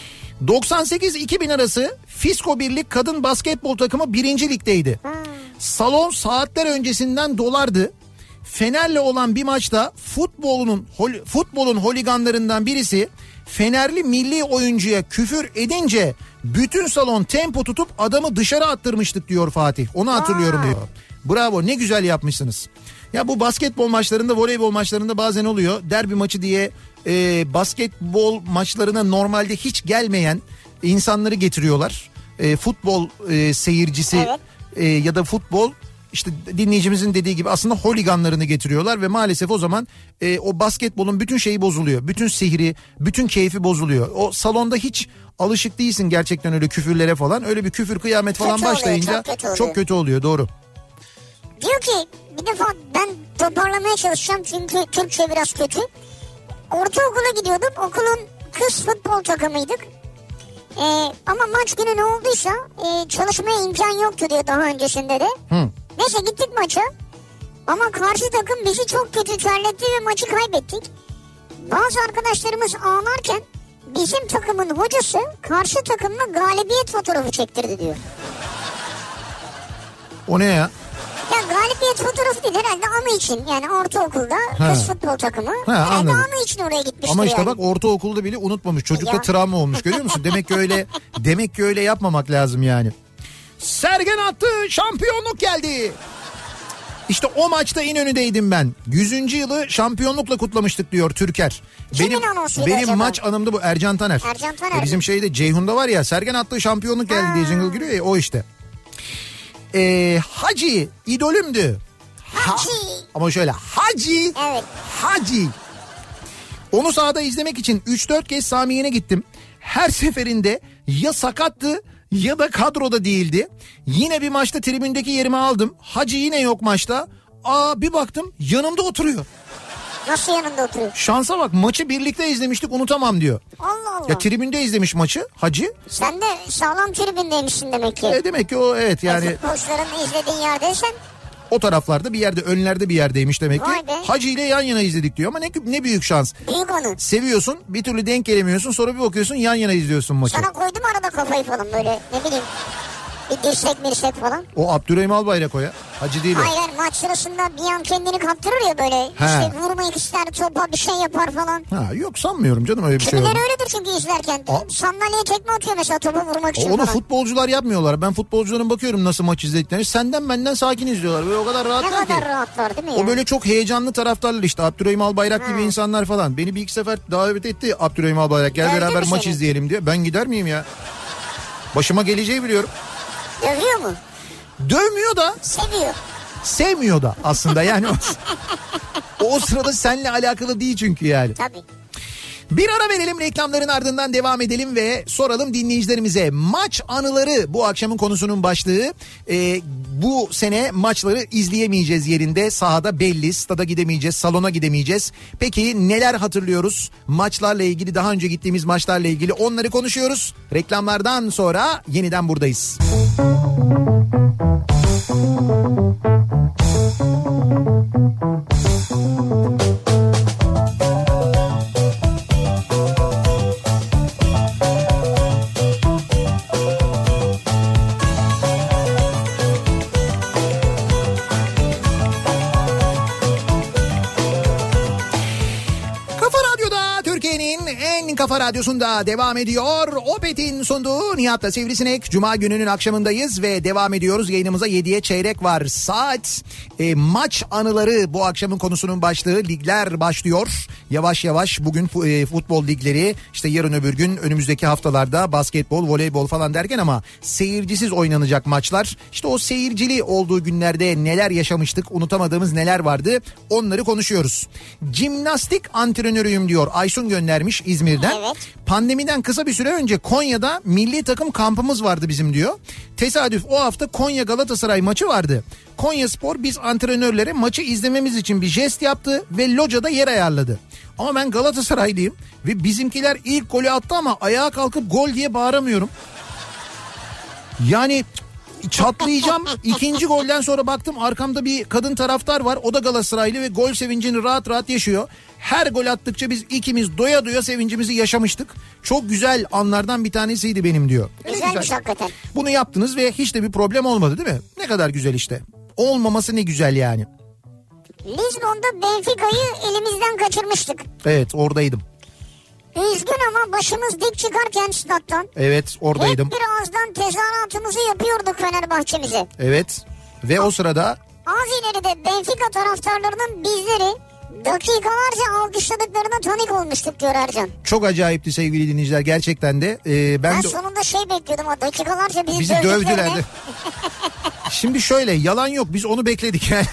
98-2000 arası Fisko Birlik kadın basketbol takımı 1. ligdeydi. Salon saatler öncesinden dolardı. Fener'le olan bir maçta futbolun holiganlarından birisi Fenerli milli oyuncuya küfür edince bütün salon tempo tutup adamı dışarı attırmıştık diyor Fatih. Onu hatırlıyorum diyor. Bravo, ne güzel yapmışsınız. Ya bu basketbol maçlarında, voleybol maçlarında bazen oluyor. Derbi maçı diye basketbol maçlarına normalde hiç gelmeyen insanları getiriyorlar. Futbol seyircisi ya da futbol, İşte dinleyicimizin dediği gibi aslında holiganlarını getiriyorlar ve maalesef o zaman o basketbolun bütün şeyi bozuluyor. Bütün sihri, bütün keyfi bozuluyor. O salonda hiç alışık değilsin gerçekten öyle küfürlere falan. Öyle bir küfür kıyamet falan kötü başlayınca oluyor, çok kötü oluyor, doğru. Diyor ki bir defa ben toparlamaya çalışacağım çünkü Türkçe biraz kötü. Ortaokula gidiyordum, okulun kız futbol takımıydık. Ama maç günü ne olduysa çalışmaya imkan yoktu diyor daha öncesinde de. Neyse gittik maça ama karşı takım bizi çok kötü terletti ve maçı kaybettik. Bazı arkadaşlarımız ağlarken bizim takımın hocası karşı takımla galibiyet fotoğrafı çektirdi diyor. O ne ya? Ya galibiyet fotoğrafı değil herhalde anı için, yani ortaokulda kız futbol takımı herhalde anı için oraya gitmiştir. Ama işte yani. bak ortaokulda bile unutmamış, çocukta travma olmuş, görüyor musun? Demek ki öyle yapmamak lazım yani. Sergen attı, şampiyonluk geldi. İşte o maçta İnönü'deydim ben. 100. yılı şampiyonlukla kutlamıştık diyor Türker. Benim maç anımda bu, Ercan Taner. Ercan Taner. Bizim şeyde Ceyhun'da var ya, Sergen attı şampiyonluk geldi diye jingle giriyor ya, o işte. Hacı idolümdü. Hacı. Ama şöyle Hacı. Evet. Hacı. Onu sahada izlemek için 3-4 kez Samiye'ne gittim. Her seferinde ya sakattı ya da kadroda değildi. Yine bir maçta tribündeki yerimi aldım. Hacı yine yok maçta. Bir baktım yanımda oturuyor. Nasıl yanında oturuyor? Şansa bak, maçı birlikte izlemiştik, unutamam diyor. Allah Allah. Ya tribünde izlemiş maçı Hacı. Sen de sağlam tribündeymişsin demek ki. Demek ki o, evet yani. Futbolcuların izlediğin yerdeysen. O taraflarda bir yerde, önlerde bir yerdeymiş demek ki. Vay be. Hacı ile yan yana izledik diyor ama ne büyük şans. Büyük onu. Seviyorsun, bir türlü denk gelemiyorsun, sonra bir bakıyorsun yan yana izliyorsun maçı. Sana koydum arada kafayı falan böyle, ne bileyim. Bir dirsek falan. O Abdurrahim Albayrak o ya. Hacı değil o. Hayır, maç sırasında bir an kendini kaptırır ya böyle. İşte vurmak ister, topa bir şey yapar falan. Yok sanmıyorum canım öyle bir şey. Kimileri öyledir çünkü izlerken. Sandalyeye tekme atıyor mesela topa vurmak için onu falan. Futbolcular yapmıyorlar. Ben futbolcuların bakıyorum nasıl maç izlediklerini. Senden benden sakin izliyorlar. Böyle o kadar rahatlar ki. Ne kadar rahatlar değil mi ya? O böyle çok heyecanlı taraftarlar işte. Abdurrahim Albayrak gibi insanlar falan. Beni bir iki sefer davet etti Abdurrahim Albayrak. Gel beraber maç izleyelim diye. Ben gider miyim ya? Başıma geleceği biliyorum. Dövüyor mu? Dövmüyor da. Seviyor. Sevmiyor da aslında yani. O sırada seninle alakalı değil çünkü yani. Tabii. Bir ara verelim, reklamların ardından devam edelim ve soralım dinleyicilerimize. Maç anıları bu akşamın konusunun başlığı. Bu sene maçları izleyemeyeceğiz yerinde, sahada belli. Stada gidemeyeceğiz, salona gidemeyeceğiz. Peki neler hatırlıyoruz? Maçlarla ilgili, daha önce gittiğimiz maçlarla ilgili onları konuşuyoruz. Reklamlardan sonra yeniden buradayız. Kafa Radyosu'nda devam ediyor. Opet'in sunduğu Nihat'la Sivrisinek. Cuma gününün akşamındayız ve devam ediyoruz. Yayınımıza 7'ye çeyrek var. Saat maç anıları bu akşamın konusunun başlığı. Ligler başlıyor. Yavaş yavaş bugün futbol ligleri, işte yarın öbür gün önümüzdeki haftalarda basketbol, voleybol falan derken ama seyircisiz oynanacak maçlar. İşte o seyircili olduğu günlerde neler yaşamıştık, unutamadığımız neler vardı, onları konuşuyoruz. Jimnastik antrenörüyüm diyor Aysun, göndermiş İzmir'den. Evet. Pandemiden kısa bir süre önce Konya'da milli takım kampımız vardı bizim diyor. Tesadüf o hafta Konya Galatasaray maçı vardı. Konyaspor biz antrenörlere maçı izlememiz için bir jest yaptı ve locada yer ayarladı. Ama ben Galatasaraylıyım ve bizimkiler ilk golü attı ama ayağa kalkıp gol diye bağıramıyorum. Yani çatlayacağım. İkinci golden sonra baktım arkamda bir kadın taraftar var. O da Galatasaraylı ve gol sevincini rahat rahat yaşıyor. Her gol attıkça biz ikimiz doya doya sevincimizi yaşamıştık. Çok güzel anlardan bir tanesiydi benim diyor. Güzelmiş hakikaten. Bunu yaptınız ve hiç de bir problem olmadı değil mi? Ne kadar güzel işte. Olmaması ne güzel yani. Lizbon'da Benfica'yı elimizden kaçırmıştık. Evet, oradaydım. Üzgün ama başımız dik çıkarken stat'tan. Evet, oradaydım. Hep birazdan tezahüratımızı yapıyorduk Fenerbahçe'mize. Evet ve o sırada... Az ileride Benfica taraftarlarının bizleri dakikalarca alkışladıklarına tanık olmuştuk diyor Ercan. Çok acayipti sevgili dinleyiciler gerçekten de. Ben de... sonunda bekliyordum, o dakikalarca bizi dövdüler de. Şimdi şöyle, yalan yok, biz onu bekledik yani.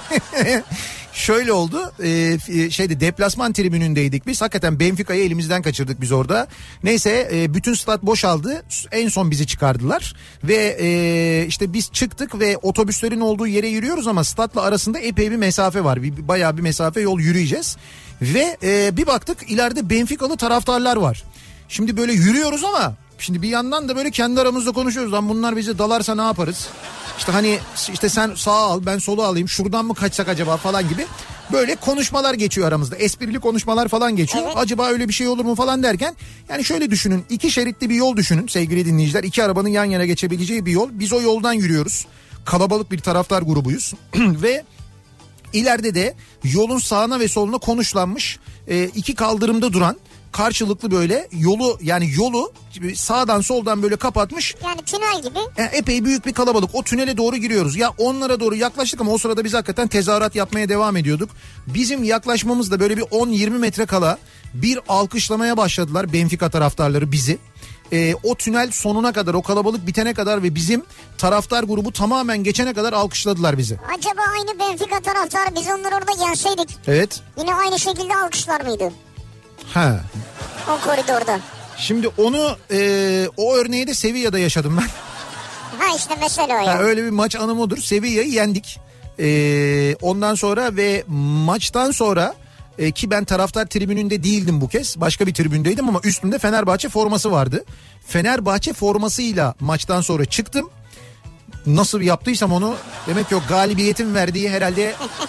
Şöyle oldu, deplasman tribünündeydik biz, hakikaten Benfica'yı elimizden kaçırdık biz orada. Neyse bütün stat boşaldı, en son bizi çıkardılar ve işte biz çıktık ve otobüslerin olduğu yere yürüyoruz ama statla arasında epey bir mesafe var, bayağı bir mesafe yol yürüyeceğiz ve bir baktık ileride Benfica'lı taraftarlar var. Şimdi böyle yürüyoruz ama şimdi bir yandan da böyle kendi aramızda konuşuyoruz, lan bunlar bizi dalarsa ne yaparız? İşte hani işte sen sağa al ben solu alayım, şuradan mı kaçsak acaba falan gibi böyle konuşmalar geçiyor aramızda. Esprili konuşmalar falan geçiyor. Evet. Acaba öyle bir şey olur mu falan derken, yani şöyle düşünün, 2 şeritli bir yol düşünün sevgili dinleyiciler. 2 arabanın yan yana geçebileceği bir yol. Biz o yoldan yürüyoruz. Kalabalık bir taraftar grubuyuz ve ileride de yolun sağına ve soluna konuşlanmış 2 kaldırımda duran karşılıklı böyle yolu sağdan soldan böyle kapatmış. Yani tünel gibi. Epey büyük bir kalabalık. O tünele doğru giriyoruz. Ya onlara doğru yaklaştık ama o sırada biz hakikaten tezahürat yapmaya devam ediyorduk. Bizim yaklaşmamız da böyle bir 10-20 metre kala bir alkışlamaya başladılar Benfica taraftarları bizi. O tünel sonuna kadar, o kalabalık bitene kadar ve bizim taraftar grubu tamamen geçene kadar alkışladılar bizi. Acaba aynı Benfica taraftarı biz onları orada yenseydik. Evet. Yine aynı şekilde alkışlar mıydı? Ha. O koridorda. Şimdi onu o örneği de Sevilla'da yaşadım ben. Ha işte mesela o yani. Öyle bir maç anım odur. Sevilla'yı yendik. Ondan sonra ve maçtan sonra ki ben taraftar tribününde değildim bu kez. Başka bir tribündeydim ama üstümde Fenerbahçe forması vardı. Fenerbahçe formasıyla maçtan sonra çıktım. Nasıl yaptıysam onu, demek ki o galibiyetin verdiği herhalde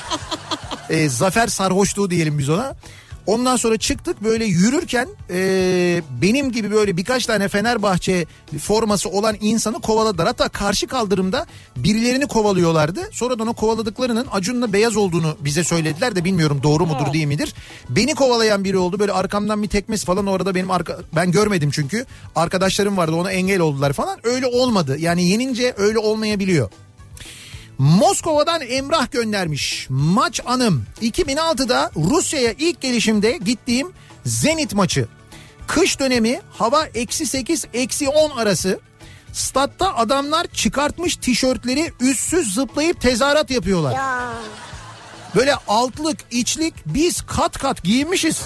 zafer sarhoşluğu diyelim biz ona. Ondan sonra çıktık, böyle yürürken benim gibi böyle birkaç tane Fenerbahçe forması olan insanı kovaladılar. Hatta karşı kaldırımda birilerini kovalıyorlardı. Sonradan o kovaladıklarının Acun'la Beyaz olduğunu bize söylediler de bilmiyorum doğru mudur değil midir. Beni kovalayan biri oldu, böyle arkamdan bir tekmesi falan, orada benim ben görmedim çünkü arkadaşlarım vardı, ona engel oldular falan. Öyle olmadı yani, yenince öyle olmayabiliyor. Moskova'dan Emrah göndermiş. Maç anım. 2006'da Rusya'ya ilk gelişimde gittiğim Zenit maçı. Kış dönemi, hava -8 -10 arası. Statta adamlar çıkartmış tişörtleri üstsüz zıplayıp tezahürat yapıyorlar. Ya. Böyle altlık içlik biz kat kat giyinmişiz.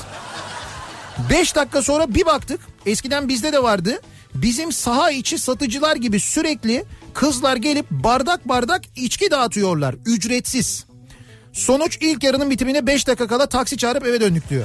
5 dakika sonra bir baktık, eskiden bizde de vardı. Bizim saha içi satıcılar gibi sürekli kızlar gelip bardak bardak içki dağıtıyorlar ücretsiz. Sonuç, ilk yarının bitimine 5 dakika kala taksi çağırıp eve döndük diyor.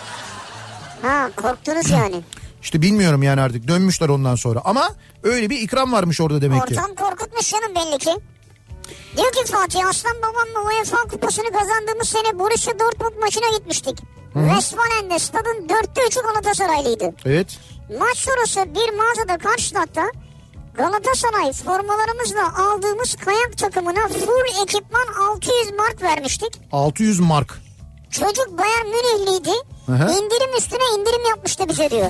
Ha, korktunuz yani. İşte bilmiyorum yani, artık dönmüşler ondan sonra ama öyle bir ikram varmış orada demek ki. Ortam korkutmuş canım belli ki. Diyor ki Fatih, Aslan babamla UEFA kupasını kazandığımız sene Borussia Dortmund maçına gitmiştik. Westfalen'de stadın 4'te 3'ü Galatasaraylıydı. Evet. Maç sonrası bir mağazada karşılatta Galatasaray formalarımızla aldığımız kayak takımına full ekipman 600 mark vermiştik. 600 mark. Çocuk Bayern Münih'liydi. İndirim üstüne indirim yapmıştı bize diyor.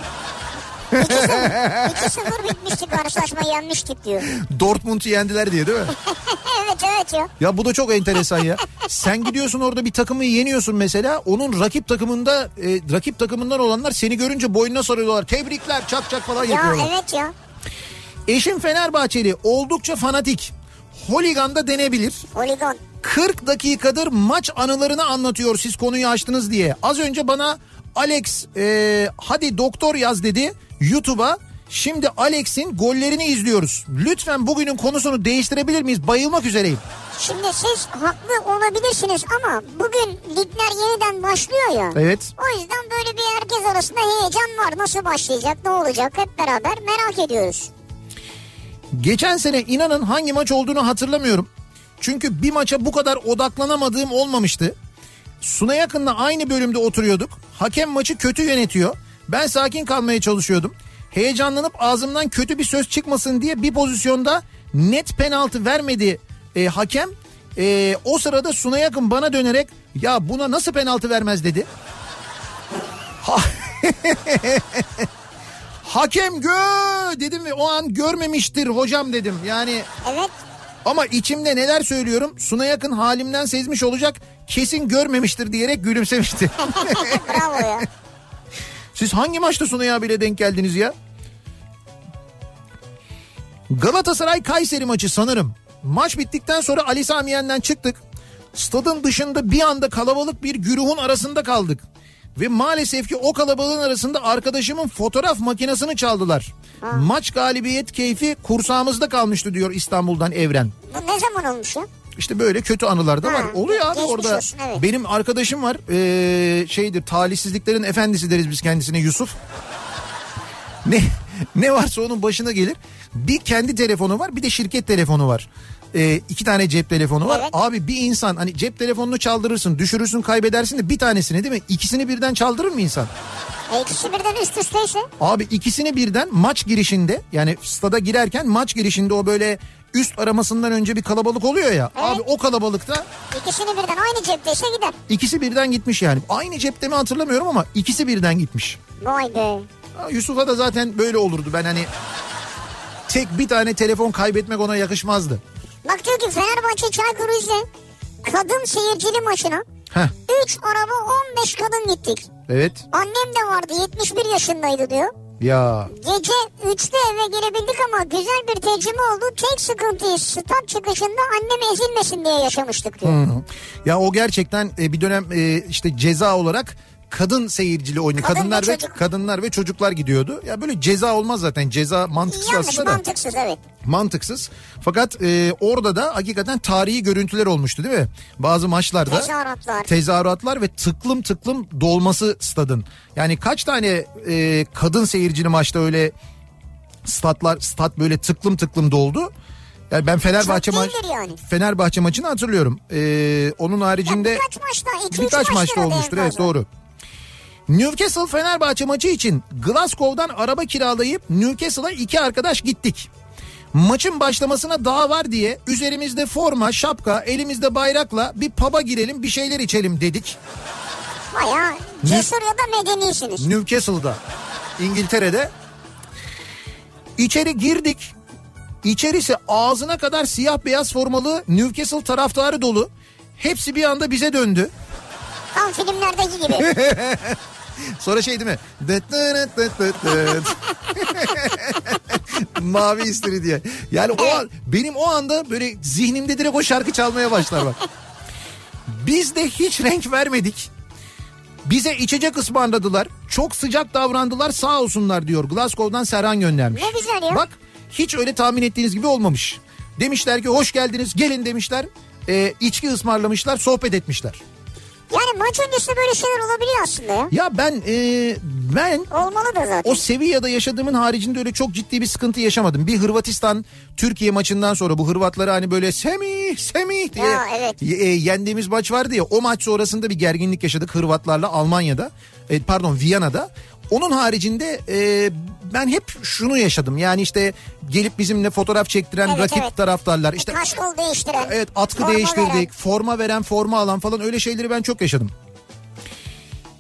2-0 bitmişti karşılaşma, yenmiştik diyor. Dortmund'u yendiler diye değil mi? Evet ya. Ya bu da çok enteresan ya. Sen gidiyorsun orada bir takımı yeniyorsun mesela. Onun rakip takımından olanlar seni görünce boynuna sarıyorlar. Tebrikler, çak çak falan yapıyorlar. Ya evet ya. Eşim Fenerbahçeli, oldukça fanatik. Holigan da denebilir. Holigan. 40 dakikadır maç anılarını anlatıyor siz konuyu açtınız diye. Az önce bana Alex hadi doktor yaz dedi YouTube'a. Şimdi Alex'in gollerini izliyoruz. Lütfen bugünün konusunu değiştirebilir miyiz? Bayılmak üzereyim. Şimdi siz haklı olabilirsiniz ama bugün ligler yeniden başlıyor ya. Evet. O yüzden böyle bir herkes arasında heyecan var. Nasıl başlayacak, ne olacak hep beraber merak ediyoruz. Geçen sene inanın hangi maç olduğunu hatırlamıyorum. Çünkü bir maça bu kadar odaklanamadığım olmamıştı. Suna Yakın'la aynı bölümde oturuyorduk. Hakem maçı kötü yönetiyor. Ben sakin kalmaya çalışıyordum. Heyecanlanıp ağzımdan kötü bir söz çıkmasın diye bir pozisyonda net penaltı vermedi hakem. O sırada Suna Yakın bana dönerek ya buna nasıl penaltı vermez dedi. Hakem dedim ve o an görmemiştir hocam dedim. Yani evet. Ama içimde neler söylüyorum, Suna Yakın halimden sezmiş olacak, kesin görmemiştir diyerek gülümsemişti. Bravo ya. Siz hangi maçta Suna abiyle denk geldiniz ya? Galatasaray Kayseri maçı sanırım. Maç bittikten sonra Ali Sami Yen'den çıktık. Stadın dışında bir anda kalabalık bir güruhun arasında kaldık. Ve maalesef ki o kalabalığın arasında arkadaşımın fotoğraf makinesini çaldılar. Maç galibiyet keyfi kursağımızda kalmıştı diyor İstanbul'dan Evren. Bu ne zaman olmuş ya? İşte böyle kötü anılar da var. Oluyor abi orada. Olsun, evet. Benim arkadaşım var. Talihsizliklerin efendisi deriz biz kendisine, Yusuf. Ne varsa onun başına gelir. Bir kendi telefonu var, bir de şirket telefonu var. 2 tane cep telefonu var. Evet. Abi bir insan hani cep telefonunu çaldırırsın, düşürürsün, kaybedersin de bir tanesini değil mi? İkisini birden çaldırır mı insan? İkisi birden üst üsteyse? Abi ikisini birden maç girişinde, yani stada girerken maç girişinde o böyle üst aramasından önce bir kalabalık oluyor ya. Evet. Abi o kalabalıkta İkisini birden aynı cepteyse gider. İkisi birden gitmiş yani. Aynı cepte mi hatırlamıyorum ama ikisi birden gitmiş. Vay be. Yusuf'a da zaten böyle olurdu. Ben hani tek bir tane telefon kaybetmek ona yakışmazdı. Bak diyor ki Fenerbahçe Çaykur Rize kadın seyircili maçına 3 araba 15 kadın gittik. Evet. Annem de vardı, 71 yaşındaydı diyor. Ya. Gece 3'te eve gelebildik ama güzel bir tecrübe oldu. Tek sıkıntıyı stat çıkışında annem ezilmesin diye yaşamıştık diyor. Ya o gerçekten bir dönem işte ceza olarak kadın seyircili oyunu. Kadınlar ve çocuklar gidiyordu. Ya böyle ceza olmaz zaten. Ceza mantıksız yanlış, aslında. mantıksız evet. Mantıksız. Fakat orada da hakikaten tarihi görüntüler olmuştu değil mi? Bazı maçlarda tezahüratlar ve tıklım tıklım dolması stadın. Yani kaç tane kadın seyircili maçta öyle stat böyle tıklım tıklım doldu. Yani ben Fenerbahçe maçını hatırlıyorum. Onun haricinde birkaç maçta olmuştur. Evet, doğru. Newcastle Fenerbahçe maçı için Glasgow'dan araba kiralayıp Newcastle'a 2 arkadaş gittik. Maçın başlamasına daha var diye üzerimizde forma, şapka, elimizde bayrakla bir pub'a girelim, bir şeyler içelim dedik. Bayağı cesur ya da medenisiniz. Newcastle'da, İngiltere'de. İçeri girdik. İçerisi ağzına kadar siyah beyaz formalı Newcastle taraftarı dolu. Hepsi bir anda bize döndü. Tam filmlerdeki gibi. Sonra şey değil mi? Mavi istiri diye. Yani benim o anda böyle zihnimde direkt o şarkı çalmaya başlar bak. Biz de hiç renk vermedik. Bize içecek ısmarladılar. Çok sıcak davrandılar, sağ olsunlar diyor. Glasgow'dan Serhan göndermiş. Ne güzel ya. Bak hiç öyle tahmin ettiğiniz gibi olmamış. Demişler ki hoş geldiniz, gelin demişler. İçki ısmarlamışlar, sohbet etmişler. Yani maç öncesi böyle şeyler olabiliyor aslında ya. Ya ben olmalı da zaten. O Sevilla'da yaşadığımın haricinde öyle çok ciddi bir sıkıntı yaşamadım. Bir Hırvatistan Türkiye maçından sonra bu Hırvatları hani böyle Semih diye evet. Yendiğimiz maç vardı ya, o maç sonrasında bir gerginlik yaşadık Hırvatlarla Almanya'da. Viyana'da. Onun haricinde ben hep şunu yaşadım. Yani işte gelip bizimle fotoğraf çektiren rakip taraftarlar. İşte kaşkol değiştiren. Evet, atkı değiştirdik. Forma veren, forma alan falan, öyle şeyleri ben çok yaşadım.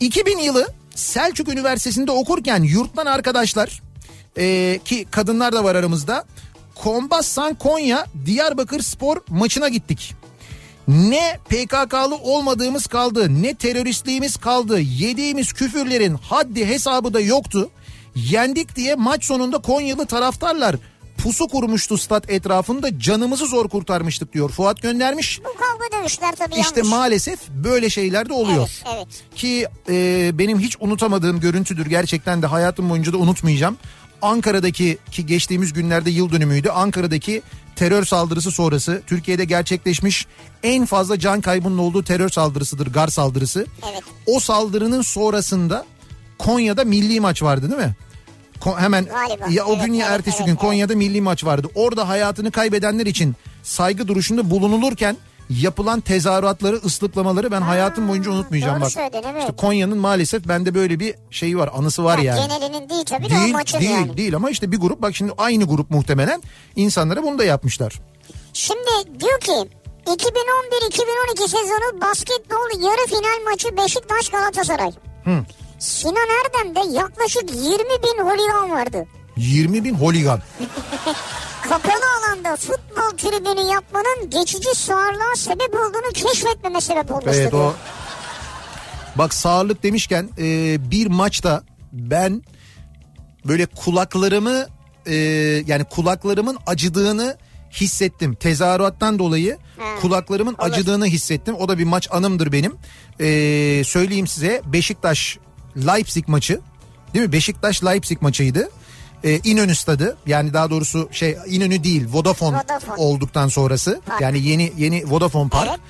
2000 yılı Selçuk Üniversitesi'nde okurken yurttan arkadaşlar ki kadınlar da var aramızda, Kombassan Konya Diyarbakır Spor maçına gittik. Ne PKK'lı olmadığımız kaldı, ne teröristliğimiz kaldı. Yediğimiz küfürlerin haddi hesabı da yoktu. Yendik diye maç sonunda Konyalı taraftarlar pusu kurmuştu stat etrafında, canımızı zor kurtarmıştık diyor. Fuat göndermiş. Bu kavga dövüşler tabii İşte yanlış. maalesef böyle şeyler de oluyor. Evet, evet. Ki benim hiç unutamadığım görüntüdür, gerçekten de hayatım boyunca da unutmayacağım. Ankara'daki, ki geçtiğimiz günlerde yıl dönümüydü, Ankara'daki terör saldırısı sonrası Türkiye'de gerçekleşmiş en fazla can kaybının olduğu terör saldırısıdır, gar saldırısı. Evet. O saldırının sonrasında Konya'da milli maç vardı değil mi? Hemen galiba. Ya o gün ya evet, ertesi evet, gün evet. Konya'da milli maç vardı. Orada hayatını kaybedenler için saygı duruşunda bulunulurken yapılan tezahüratları, ıslıklamaları ben hayatım boyunca unutmayacağım. Doğru Bak. söyledin, evet. İşte Konya'nın maalesef bende böyle bir şeyi var, anısı var yani. Genelinin değil tabii de o maçın yani. Değil ama işte bir grup, bak şimdi aynı grup muhtemelen insanlara bunu da yapmışlar. Şimdi diyor ki 2011-2012 sezonu basketbol yarı final maçı Beşiktaş Galatasaray. Sinan Erdem'de yaklaşık 20.000 holigan vardı. 20.000 holigan. Kapalı alanda futbol tribünü yapmanın geçici sağırlığa sebep olduğunu keşfetmeme sebep olmuştu. Evet diyor. o. Bak sağırlık demişken bir maçta ben böyle kulaklarımı yani kulaklarımın acıdığını hissettim. Tezahürattan dolayı kulaklarımın acıdığını hissettim. O da bir maç anımdır benim. Söyleyeyim size, Beşiktaş Leipzig maçı değil mi? Beşiktaş Leipzig maçıydı. İnönü stadı, yani daha doğrusu İnönü değil, Vodafone olduktan sonrası. Park. Yani yeni Vodafone Park. Evet.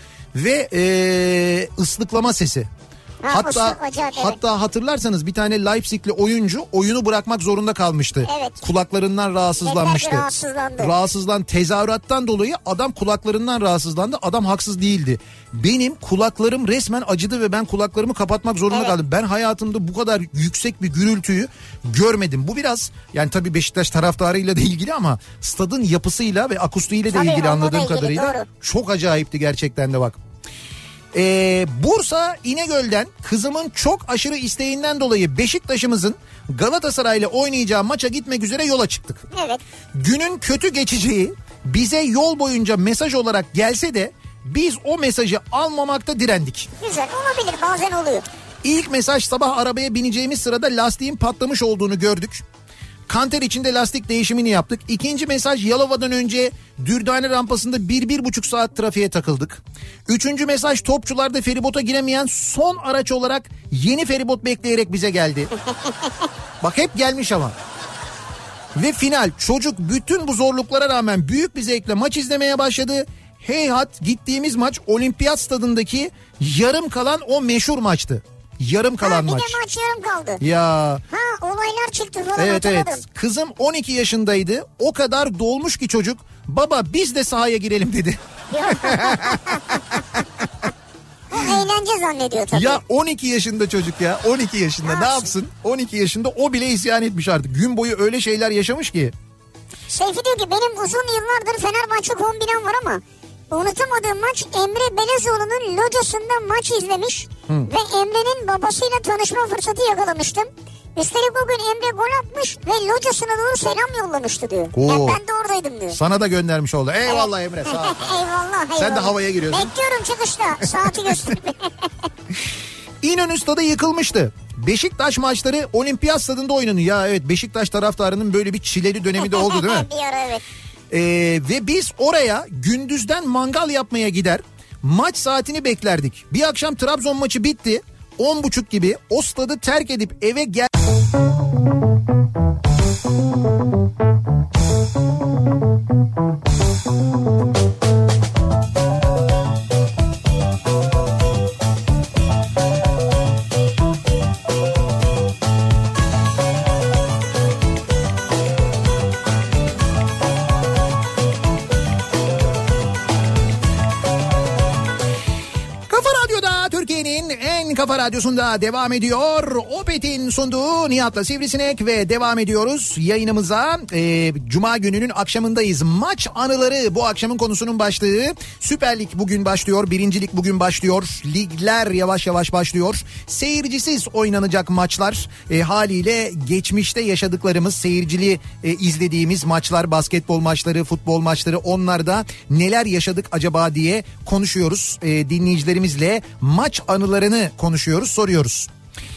Ve ıslıklama sesi. Hatta hatırlarsanız bir tane Leipzig'li oyuncu oyunu bırakmak zorunda kalmıştı. Evet. Kulaklarından rahatsızlanmıştı. Rahatsızlandı. Tezahürattan dolayı adam kulaklarından rahatsızlandı. Adam haksız değildi. Benim kulaklarım resmen acıdı ve ben kulaklarımı kapatmak zorunda kaldım. Ben hayatımda bu kadar yüksek bir gürültüyü görmedim. Bu biraz yani tabii Beşiktaş taraftarıyla da ilgili ama stadın yapısıyla ve akustiğiyle de ilgili anladığım kadarıyla. Doğru. Çok acayipti gerçekten de bak. Bursa İnegöl'den kızımın çok aşırı isteğinden dolayı Beşiktaş'ımızın Galatasaray'la oynayacağı maça gitmek üzere yola çıktık. Evet. Günün kötü geçeceği bize yol boyunca mesaj olarak gelse de biz o mesajı almamakta direndik. Güzel, olabilir, bazen oluyor. İlk mesaj sabah arabaya bineceğimiz sırada lastiğin patlamış olduğunu gördük. Kanter içinde lastik değişimini yaptık. İkinci mesaj, Yalova'dan önce Dürdane rampasında 1-1,5 saat trafiğe takıldık. Üçüncü mesaj, Topçular'da feribota giremeyen son araç olarak yeni feribot bekleyerek bize geldi. Bak hep gelmiş ama. Ve final, çocuk bütün bu zorluklara rağmen büyük bir zevkle maç izlemeye başladı. Heyhat gittiğimiz maç Olimpiyat stadındaki yarım kalan o meşhur maçtı. Yarım kalan maç. Bir de maç yarım kaldı. Ya. Olaylar çıktı falan, evet, hatırladım. Evet. Kızım 12 yaşındaydı. O kadar dolmuş ki çocuk. Baba biz de sahaya girelim dedi. O eğlence zannediyor tabii. Ya 12 yaşında çocuk ya. 12 yaşında ne yapsın? 12 yaşında o bile isyan etmiş artık. Gün boyu öyle şeyler yaşamış ki. Seyfi diyor ki benim uzun yıllardır Fenerbahçe kombinem var ama unutamadığım maç Emre Belezoğlu'nun locasında maç izlemiş ve Emre'nin babasıyla tanışma fırsatı yakalamıştım. Üstelik o gün Emre gol atmış ve locasına doğru selam yollamıştı diyor. Yani ben de oradaydım diyor. Sana da göndermiş oldu. Eyvallah evet. Emre, sağ ol. eyvallah. Sen de havaya giriyorsun. Bekliyorum çıkışta, saati göster. İnönü stadı yıkılmıştı. Beşiktaş maçları Olimpiyat stadında oynanıyor. Ya evet, Beşiktaş taraftarının böyle bir çileli dönemi de oldu değil mi? Bir ara evet. Ve biz oraya gündüzden mangal yapmaya gider, maç saatini beklerdik. Bir akşam Trabzon maçı bitti. 10.30 gibi o stadı terk edip eve gel... Kafa Radyosu'nda devam ediyor. Opet'in sunduğu Nihat'la Sivrisinek ve devam ediyoruz yayınımıza. Cuma gününün akşamındayız. Maç anıları bu akşamın konusunun başlığı. Süper Lig bugün başlıyor. 1. Lig bugün başlıyor. Ligler yavaş yavaş başlıyor. Seyircisiz oynanacak maçlar. Haliyle geçmişte yaşadıklarımız, seyircili izlediğimiz maçlar, basketbol maçları, futbol maçları, onlarda neler yaşadık acaba diye konuşuyoruz. Dinleyicilerimizle maç anılarını konuşuyoruz, soruyoruz.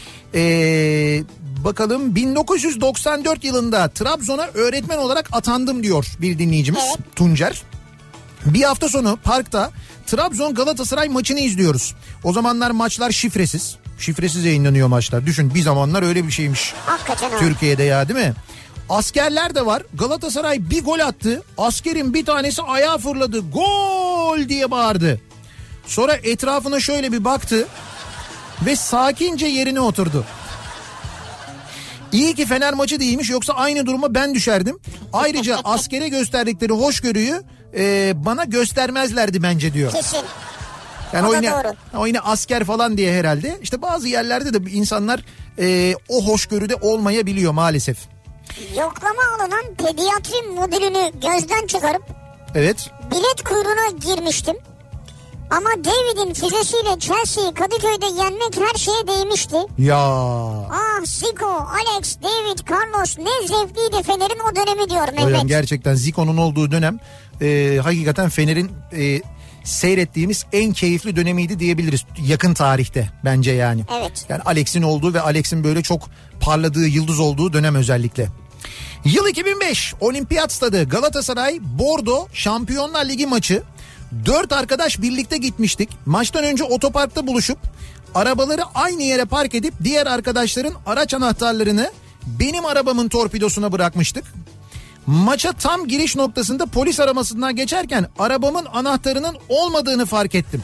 Bakalım 1994 yılında Trabzon'a öğretmen olarak atandım diyor bir dinleyicimiz, evet. Tuncer. Bir hafta sonu parkta Trabzon Galatasaray maçını izliyoruz. O zamanlar maçlar şifresiz. Şifresiz yayınlanıyor maçlar. Düşün, bir zamanlar öyle bir şeymiş. Hakikaten Türkiye'de ya, değil mi? Askerler de var. Galatasaray bir gol attı. Askerin bir tanesi ayağa fırladı. Gol diye bağırdı. Sonra etrafına şöyle bir baktı ve sakince yerine oturdu. İyi ki Fener maçı değilmiş, yoksa aynı duruma ben düşerdim. Ayrıca askere gösterdikleri hoşgörüyü bana göstermezlerdi bence diyor. Kesin. Yani o yine asker falan diye herhalde. İşte bazı yerlerde de insanlar o hoşgörüde olmayabiliyor maalesef. Yoklama alınan pediatri modülünü gözden çıkarıp evet, bilet kuyruğuna girmiştim. Ama David'in füzesiyle Chelsea'yi Kadıköy'de yenmek her şeye değmişti. Ya. Ah Zico, Alex, David, Carlos ne zevkliydi Fener'in o dönemi diyor Mehmet. Hocam gerçekten Zico'nun olduğu dönem hakikaten Fener'in seyrettiğimiz en keyifli dönemiydi diyebiliriz yakın tarihte bence yani. Evet. Yani Alex'in olduğu ve Alex'in böyle çok parladığı, yıldız olduğu dönem özellikle. Yıl 2005 Olimpiyat Stadı Galatasaray Bordo Şampiyonlar Ligi maçı. 4 arkadaş birlikte gitmiştik. Maçtan önce otoparkta buluşup arabaları aynı yere park edip diğer arkadaşların araç anahtarlarını benim arabamın torpidosuna bırakmıştık. Maça tam giriş noktasında polis aramasından geçerken arabamın anahtarının olmadığını fark ettim.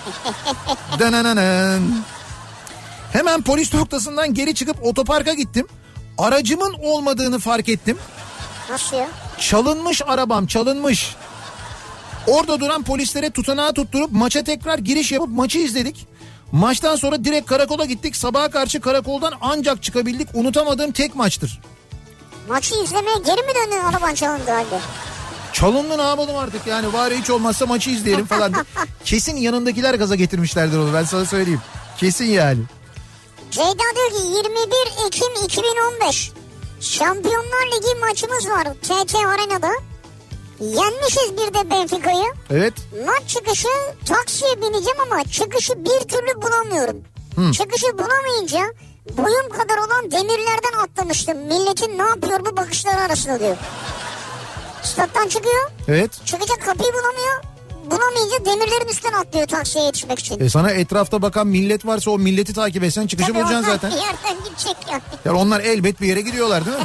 Hemen polis noktasından geri çıkıp otoparka gittim. Aracımın olmadığını fark ettim. Nasıl ya? Çalınmış arabam, çalınmış. Orada duran polislere tutanağı tutturup maça tekrar giriş yapıp maçı izledik. Maçtan sonra direkt karakola gittik. Sabaha karşı karakoldan ancak çıkabildik. Unutamadığım tek maçtır. Maçı izlemeye geri mi döndün araban çalındı halde? Çalındı, ne yapalım artık yani, bari hiç olmazsa maçı izleyelim falan. Kesin yanındakiler gaza getirmişlerdir onu, ben sana söyleyeyim. Kesin yani. Ceyda diyor ki 21 Ekim 2015 Şampiyonlar Ligi maçımız var TT Arena'da. Yenmişiz bir de Benfica'yı. Evet. Maç çıkışı taksiye bineceğim ama çıkışı bir türlü bulamıyorum. Çıkışı bulamayınca boyum kadar olan demirlerden atlamıştım. Milletin ne yapıyor bu bakışları arasında diyor. Stat'tan çıkıyor. Evet. Çıkacak kapıyı bulamıyor. Bulamayınca demirlerin üstünden atlıyor taksiye yetişmek için. Sana etrafta bakan millet varsa o milleti takip etsen çıkışı tabii bulacaksın zaten. Bir yerden gidecek yani. Yani onlar elbet bir yere gidiyorlar değil mi?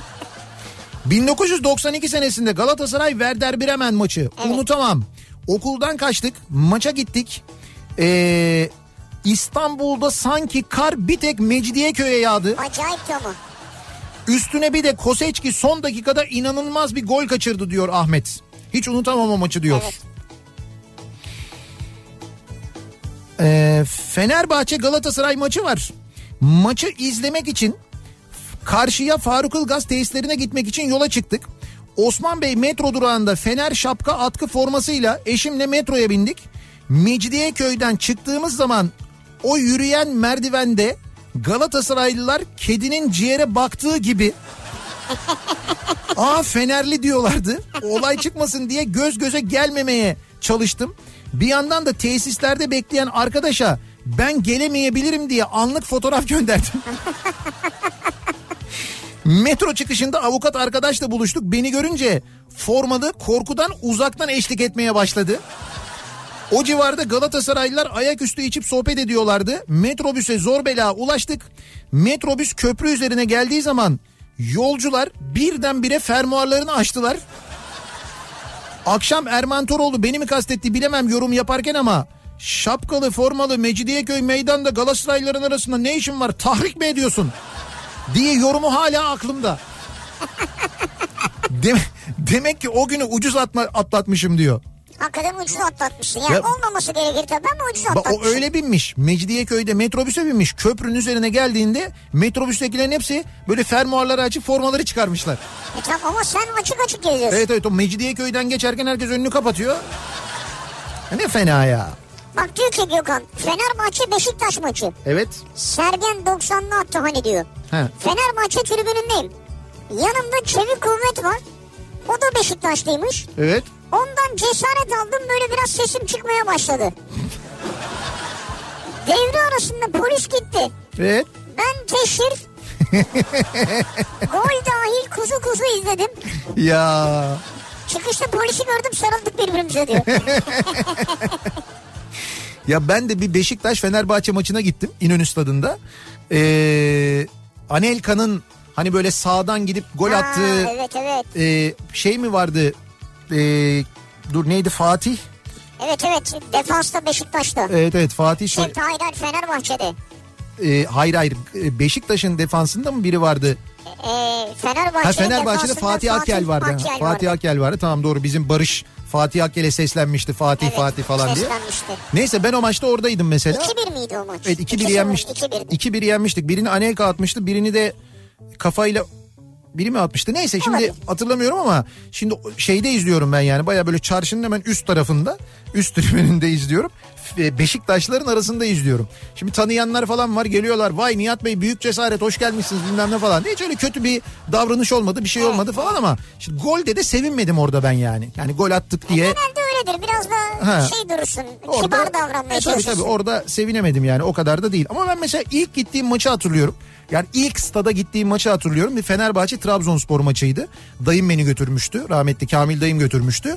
1992 senesinde Galatasaray Werder Bremen maçı. Evet. Unutamam. Okuldan kaçtık, maça gittik. İstanbul'da sanki kar bir tek Mecidiyeköy'e yağdı. Acayip ama. Üstüne bir de Koseçki son dakikada inanılmaz bir gol kaçırdı diyor Ahmet. Hiç unutamam o maçı diyor. Evet. Fenerbahçe Galatasaray maçı var. Maçı izlemek için karşıya Faruk Ilgaz tesislerine gitmek için yola çıktık. Osman Bey metro durağında Fener şapka atkı formasıyla eşimle metroya bindik. Mecidiyeköy'den çıktığımız zaman o yürüyen merdivende Galatasaraylılar kedinin ciğere baktığı gibi Fenerli diyorlardı. Olay çıkmasın diye göz göze gelmemeye çalıştım. Bir yandan da tesislerde bekleyen arkadaşa ben gelemeyebilirim diye anlık fotoğraf gönderdim. Metro çıkışında avukat arkadaşla buluştuk. Beni görünce formalı, korkudan uzaktan eşlik etmeye başladı. O civarda Galatasaraylılar ayaküstü içip sohbet ediyorlardı. Metrobüse zor bela ulaştık. Metrobüs köprü üzerine geldiği zaman yolcular birdenbire fermuarlarını açtılar. Akşam Erman Toroğlu beni mi kastetti bilemem yorum yaparken ama şapkalı formalı Mecidiyeköy meydanda Galatasaraylıların arasında ne işin var, tahrik mi ediyorsun diye yorumu hala aklımda. Demek ki o günü ucuz atlatmışım diyor. Hakikaten ucuz atlatmışsın. Yani olmaması gerekir tabii ama ucuz atlatmışsın. O öyle binmiş. Mecidiyeköy'de metrobüse binmiş. Köprünün üzerine geldiğinde metrobüstekilerin hepsi böyle fermuarları açıp formaları çıkarmışlar. Tamam ama sen açık geziyorsun. Evet o Mecidiyeköy'den geçerken herkes önünü kapatıyor. Ne fena ya. Bak diyor ki Gökhan, Fenerbahçe Beşiktaş maçı. Evet. Sergen 90'lı attı hani diyor. He. Fenerbahçe tribünündeyim. Yanımda Çevik Kuvvet var. O da Beşiktaşlıymış. Evet. Ondan cesaret aldım, böyle biraz sesim çıkmaya başladı. Devre arasında polis gitti. Evet. Ben teşhir gol dahil kuzu izledim. Ya. Çıkışta polisi gördüm, sarıldık birbirimize diyor. Ya ben de bir Beşiktaş Fenerbahçe maçına gittim İnönü Stadı'nda. Anelka'nın hani böyle sağdan gidip gol attığı evet. Şey mi vardı? Dur neydi, Fatih? Evet defansta Beşiktaş'ta. Evet Fatih. Hayır Fenerbahçe'de. Hayır Beşiktaş'ın defansında mı biri vardı? Fenerbahçe'de Fatih Akel vardı. Fatih Akel vardı. Tamam doğru, bizim Barış Fatih Akel'e seslenmişti. Fatih falan diye. Neyse ben o maçta oradaydım mesela. 2-1 miydi o maç? Evet 2-1 yenmiştik. 2-1 yenmiştik. Birini Anelka atmıştı. Birini de kafayla biri mi atmıştı? Neyse şimdi hatırlamıyorum ama şimdi şeyde izliyorum ben yani. Baya böyle çarşının hemen üst tarafında, üst tribününde izliyorum. Beşiktaşların arasında izliyorum. Şimdi tanıyanlar falan var, geliyorlar. Vay Nihat Bey büyük cesaret, hoş gelmişsiniz bilmem ne falan. Hiç öyle kötü bir davranış olmadı, bir şey olmadı falan ama şimdi golde de sevinmedim orada ben yani. Yani gol attık diye. Genelde öyledir, biraz da şey durursun, kibar davranmaya çalışırsın. Tabii orada sevinemedim yani, o kadar da değil. Ama ben mesela ilk gittiğim maçı hatırlıyorum. Yani ilk stada gittiğim maçı hatırlıyorum. Bir Fenerbahçe Trabzonspor maçıydı. Dayım beni götürmüştü. Rahmetli Kamil dayım götürmüştü.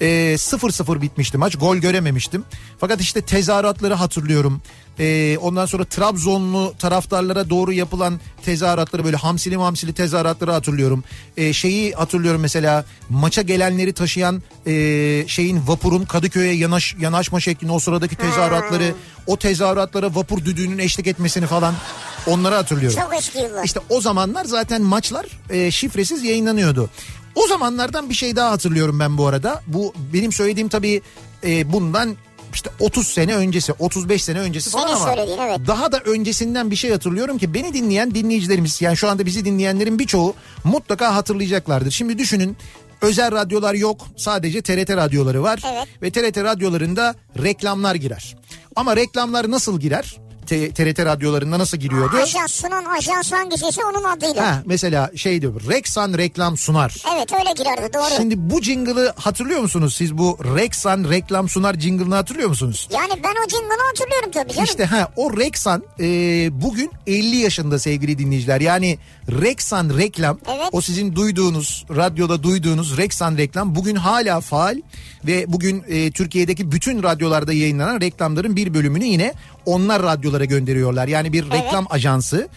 0-0 bitmişti maç. Gol görememiştim. Fakat işte tezahüratları hatırlıyorum. Ondan sonra Trabzonlu taraftarlara doğru yapılan tezahüratları, böyle hamsili tezahüratları hatırlıyorum. Şeyi hatırlıyorum mesela, maça gelenleri taşıyan şeyin, vapurun Kadıköy'e yanaşma şeklini, o sıradaki tezahüratları, o tezahüratlara vapur düdüğünün eşlik etmesini falan, onları hatırlıyorum. Çok eski yıllar. İşte o zamanlar zaten maçlar şifresiz yayınlanıyordu. O zamanlardan bir şey daha hatırlıyorum ben bu arada. Bu benim söylediğim tabii bundan işte 30 sene öncesi, 35 sene öncesi falan ama evet. Daha da öncesinden bir şey hatırlıyorum ki beni dinleyen dinleyicilerimiz, yani şu anda bizi dinleyenlerin birçoğu mutlaka hatırlayacaklardır. Şimdi düşünün, özel radyolar yok, sadece TRT radyoları var. Evet. Ve TRT radyolarında reklamlar girer. Ama reklamlar nasıl girer? TRT radyolarında nasıl giriyordu? Ajans hangisi onun adıyla. Mesela şey diyor, Rexan reklam sunar. Evet öyle girerdi, doğru. Şimdi bu jingle'ı hatırlıyor musunuz siz, bu Rexan reklam sunar jingle'ını hatırlıyor musunuz? Yani ben o jingle'ı hatırlıyorum tabii canım. İşte o Rexan bugün 50 yaşında sevgili dinleyiciler. Yani Rexan reklam, o sizin duyduğunuz, radyoda duyduğunuz Rexan reklam bugün hala faal ve bugün Türkiye'deki bütün radyolarda yayınlanan reklamların bir bölümünü yine onlar radyolara gönderiyorlar. Yani bir reklam ajansı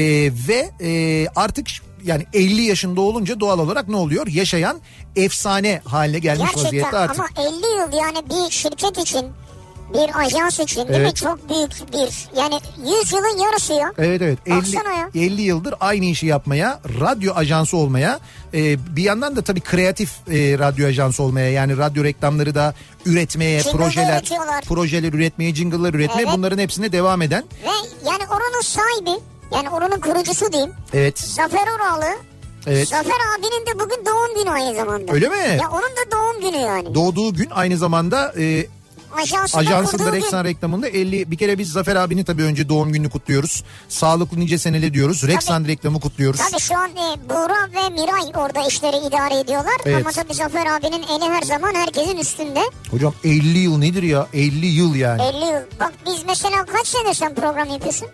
ve artık yani 50 yaşında olunca doğal olarak ne oluyor? Yaşayan efsane haline gelmiş vaziyette artık. Ama 50 yıl yani bir şirket için, bir ajans için değil mi? Çok büyük bir, yani 100 yılın yarısı ya. Evet. 50 yıldır aynı işi yapmaya, radyo ajansı olmaya, bir yandan da tabii kreatif radyo ajansı olmaya, yani radyo reklamları da üretmeye, projeler üretmeye, jingle'lar üretmeye, bunların hepsine devam eden. Ve yani oranın sahibi, yani oranın kurucusu diyeyim. Evet. Zafer Oralı. Evet. Zafer abinin de bugün doğum günü aynı zamanda. Öyle mi? Ya onun da doğum günü yani. Doğduğu gün aynı zamanda Ajansında Rexan reklamında 50, bir kere biz Zafer abinin tabii önce doğum gününü kutluyoruz. Sağlıklı nice seneli diyoruz. Rexan reklamı kutluyoruz. Tabii şu an Buğra ve Miray orada işleri idare ediyorlar. Evet. Ama tabii Zafer abinin eli her zaman herkesin üstünde. Hocam 50 yıl nedir ya? 50 yıl yani. 50 yıl. Bak biz mesela kaç sene sen program yapıyorsun?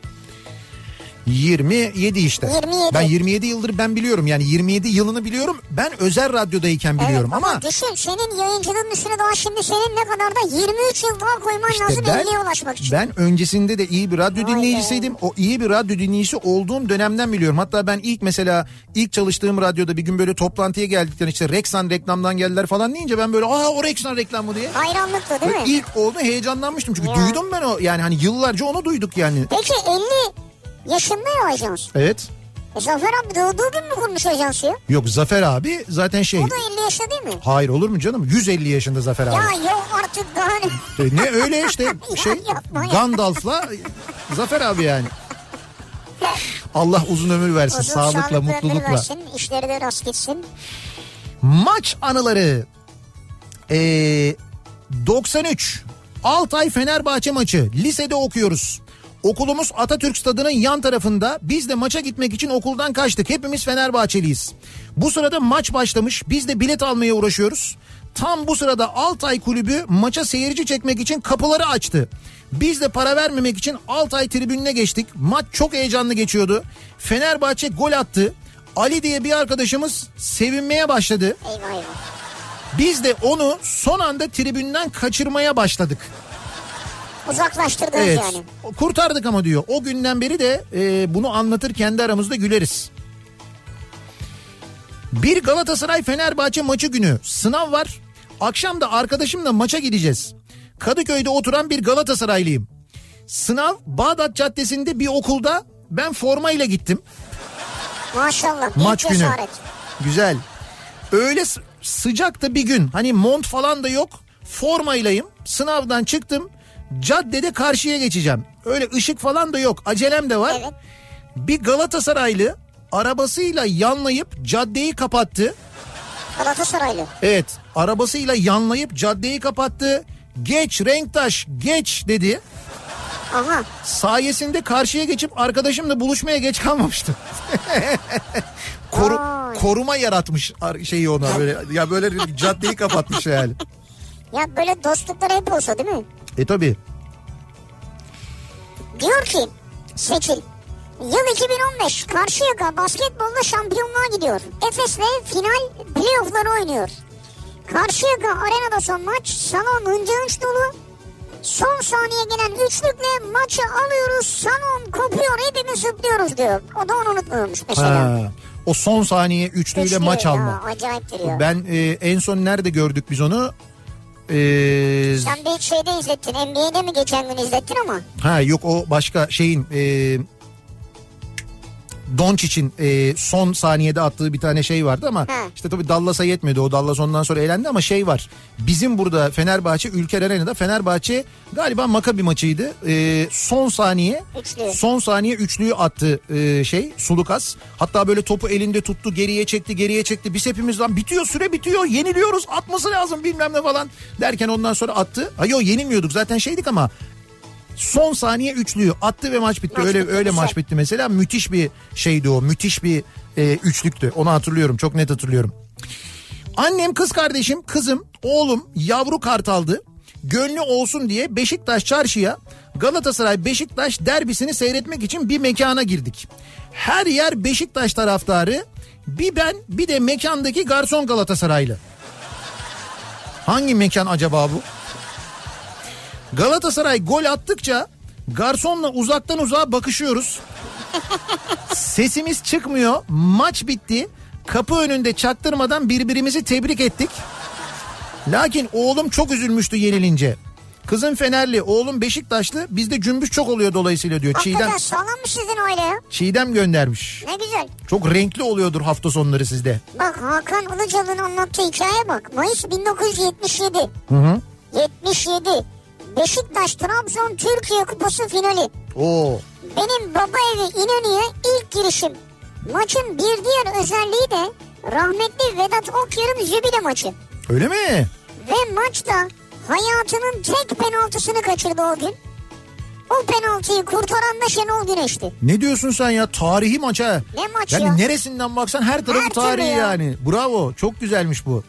27 işte. 27. Ben 27 yıldır ben biliyorum, yani 27 yılını biliyorum. Ben özel radyodayken biliyorum ama düşün, senin yayıncılığın üstüne daha şimdi senin ne kadar da 23 yıl daha koyman lazım 50'ye ulaşmak için. Ben öncesinde de iyi bir radyo dinleyicisiydim. O iyi bir radyo dinleyicisi olduğum dönemden biliyorum. Hatta ben ilk çalıştığım radyoda bir gün böyle toplantıya geldikten işte Rexan reklamdan geldiler falan deyince ben böyle o Rexan reklam mı diye. Hayranlıkla değil mi? İlk oldu, heyecanlanmıştım çünkü duydum ben o, yani hani yıllarca onu duyduk yani. Peki 50 yaşında ya ajans. Evet. Zafer abi doğduğu gün mü kurmuş ajansı? Yok, Zafer abi zaten şey. O da 50 yaşında değil mi? Hayır, olur mu canım? 150 yaşında Zafer abi. Ya yok artık daha ne? Ne öyle işte şey Gandalf'la Zafer abi yani. Allah uzun ömür versin, uzun, sağlıkla, mutlulukla. Versin, işleri de rast gitsin. Maç anıları. 93 Altay Fenerbahçe maçı, lisede okuyoruz. Okulumuz Atatürk Stadı'nın yan tarafında. Biz de maça gitmek için okuldan kaçtık. Hepimiz Fenerbahçeliyiz. Bu sırada maç başlamış. Biz de bilet almaya uğraşıyoruz. Tam bu sırada Altay Kulübü maça seyirci çekmek için kapıları açtı. Biz de para vermemek için Altay tribününe geçtik. Maç çok heyecanlı geçiyordu. Fenerbahçe gol attı. Ali diye bir arkadaşımız sevinmeye başladı. Eyvah eyvah. Biz de onu son anda tribünden kaçırmaya başladık. Uzaklaştırdınız evet, yani. Kurtardık ama diyor. O günden beri de bunu anlatır, kendi aramızda güleriz. Bir Galatasaray Fenerbahçe maçı günü sınav var. Akşam da arkadaşımla maça gideceğiz. Kadıköy'de oturan bir Galatasaraylıyım. Sınav Bağdat Caddesi'nde bir okulda, ben formayla gittim. Maşallah. Maç günü. Cesaret. Güzel. Öyle sıcakta bir gün, hani mont falan da yok. Formaylayım. Sınavdan çıktım. Caddede karşıya geçeceğim. Öyle ışık falan da yok. Acelem de var. Evet. Bir Galatasaraylı arabasıyla yanlayıp caddeyi kapattı. Galatasaraylı. Evet, arabasıyla yanlayıp caddeyi kapattı. Geç Renktaş geç dedi. Aha. Sayesinde karşıya geçip arkadaşımla buluşmaya geç kalmamıştım. Koruma yaratmış şeyi ona böyle. Ya böyle caddeyi kapatmış yani. Ya böyle dostluklar hep olsa değil mi? Tabii. Diyor ki Seçil, yıl 2015, Karşıyaka basketbolda şampiyonluğa gidiyor. Efes'le final playoff'ları oynuyor. Karşıyaka arenada son maç, salon hınca hınç dolu. Son saniye gelen üçlükle maçı alıyoruz, salon kopuyor, hepimiz zıplıyoruz diyor. O da onu unutmuyormuş mesela. Ha, o son saniye üçlüyle maç alma. Acayip duruyor. Ben en son nerede gördük biz onu? Sen bir şeyde izlettin, NBA'de mi geçen gün izlettin ama? Ha yok, o başka şeyin Doncic'in son saniyede attığı bir tane şey vardı ama işte tabii Dallas'a yetmedi. O Dallas ondan sonra elendi ama şey var. Bizim burada Fenerbahçe Ülker Arena'da Fenerbahçe galiba Maccabi maçıydı. Son saniye üçlüyü attı Sulukas. Hatta böyle topu elinde tuttu, geriye çekti. Biz hepimiz lan bitiyor, süre bitiyor, yeniliyoruz, atması lazım bilmem ne falan derken ondan sonra attı. Yok, yenilmiyorduk zaten şeydik ama son saniye üçlüyü attı ve maç bitti. Öyle maç bitti mesela. Müthiş bir şeydi o. Müthiş bir üçlüktü. Onu hatırlıyorum. Çok net hatırlıyorum. Annem, kız kardeşim, kızım, oğlum yavru kartaldı. Gönlü olsun diye Beşiktaş çarşıya Galatasaray Beşiktaş derbisini seyretmek için bir mekana girdik. Her yer Beşiktaş taraftarı. Bir ben, bir de mekandaki garson Galatasaraylı. Hangi mekan acaba bu? Galatasaray gol attıkça garsonla uzaktan uzağa bakışıyoruz. Sesimiz çıkmıyor. Maç bitti. Kapı önünde çaktırmadan birbirimizi tebrik ettik. Lakin oğlum çok üzülmüştü yenilince. Kızım Fenerli, oğlum Beşiktaşlı. Bizde cümbüş çok oluyor dolayısıyla diyor. Hakikaten sağlam mı sizin aile ya? Çiğdem göndermiş. Ne güzel. Çok renkli oluyordur hafta sonları sizde. Bak Hakan Ilıcalı'nın anlattığı hikaye bak. Mayıs 1977. 77. Beşiktaş Trabzon Türkiye Kupası finali. Oo. Benim baba evi İnönü'ye ilk girişim. Maçın bir diğer özelliği de rahmetli Vedat Okyar'ın jübile maçı. Öyle mi? Ve maçta hayatının tek penaltısını kaçırdı o gün. O penaltıyı kurtaran da Şenol Güneş'ti. Ne diyorsun sen ya? Tarihi maç ha. Ne maç yani ya? Neresinden baksan her tarafı tarihi yani. Bravo, çok güzelmiş bu.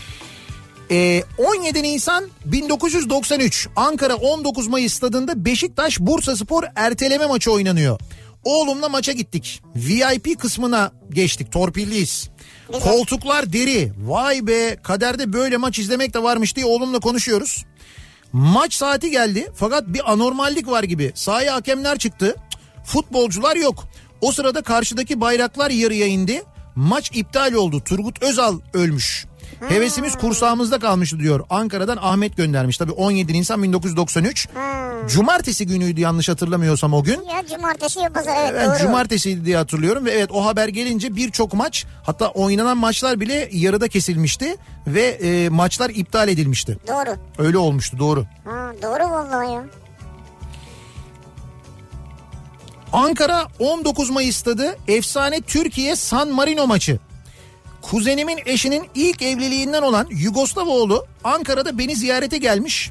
17 Nisan 1993 Ankara 19 Mayıs stadında Beşiktaş Bursaspor erteleme maçı oynanıyor. Oğlumla maça gittik. VIP kısmına geçtik. Torpilliyiz. Koltuklar deri. Vay be, kaderde böyle maç izlemek de varmış diye oğlumla konuşuyoruz. Maç saati geldi fakat bir anormallik var gibi. Sahaya hakemler çıktı. Futbolcular yok. O sırada karşıdaki bayraklar yarıya indi. Maç iptal oldu. Turgut Özal ölmüş. Hevesimiz kursağımızda kalmıştı diyor. Ankara'dan Ahmet göndermiş. Tabii 17 Nisan 1993. Cumartesi günüydü yanlış hatırlamıyorsam o gün. Ya cumartesi ya pazar, evet doğru. Cumartesiydi diye hatırlıyorum ve evet o haber gelince birçok maç, hatta oynanan maçlar bile yarıda kesilmişti ve maçlar iptal edilmişti. Doğru. Öyle olmuştu, doğru. Doğru vallahi ya. Ankara 19 Mayıs stadı efsane Türkiye San Marino maçı. Kuzenimin eşinin ilk evliliğinden olan Yugoslavoğlu Ankara'da beni ziyarete gelmiş.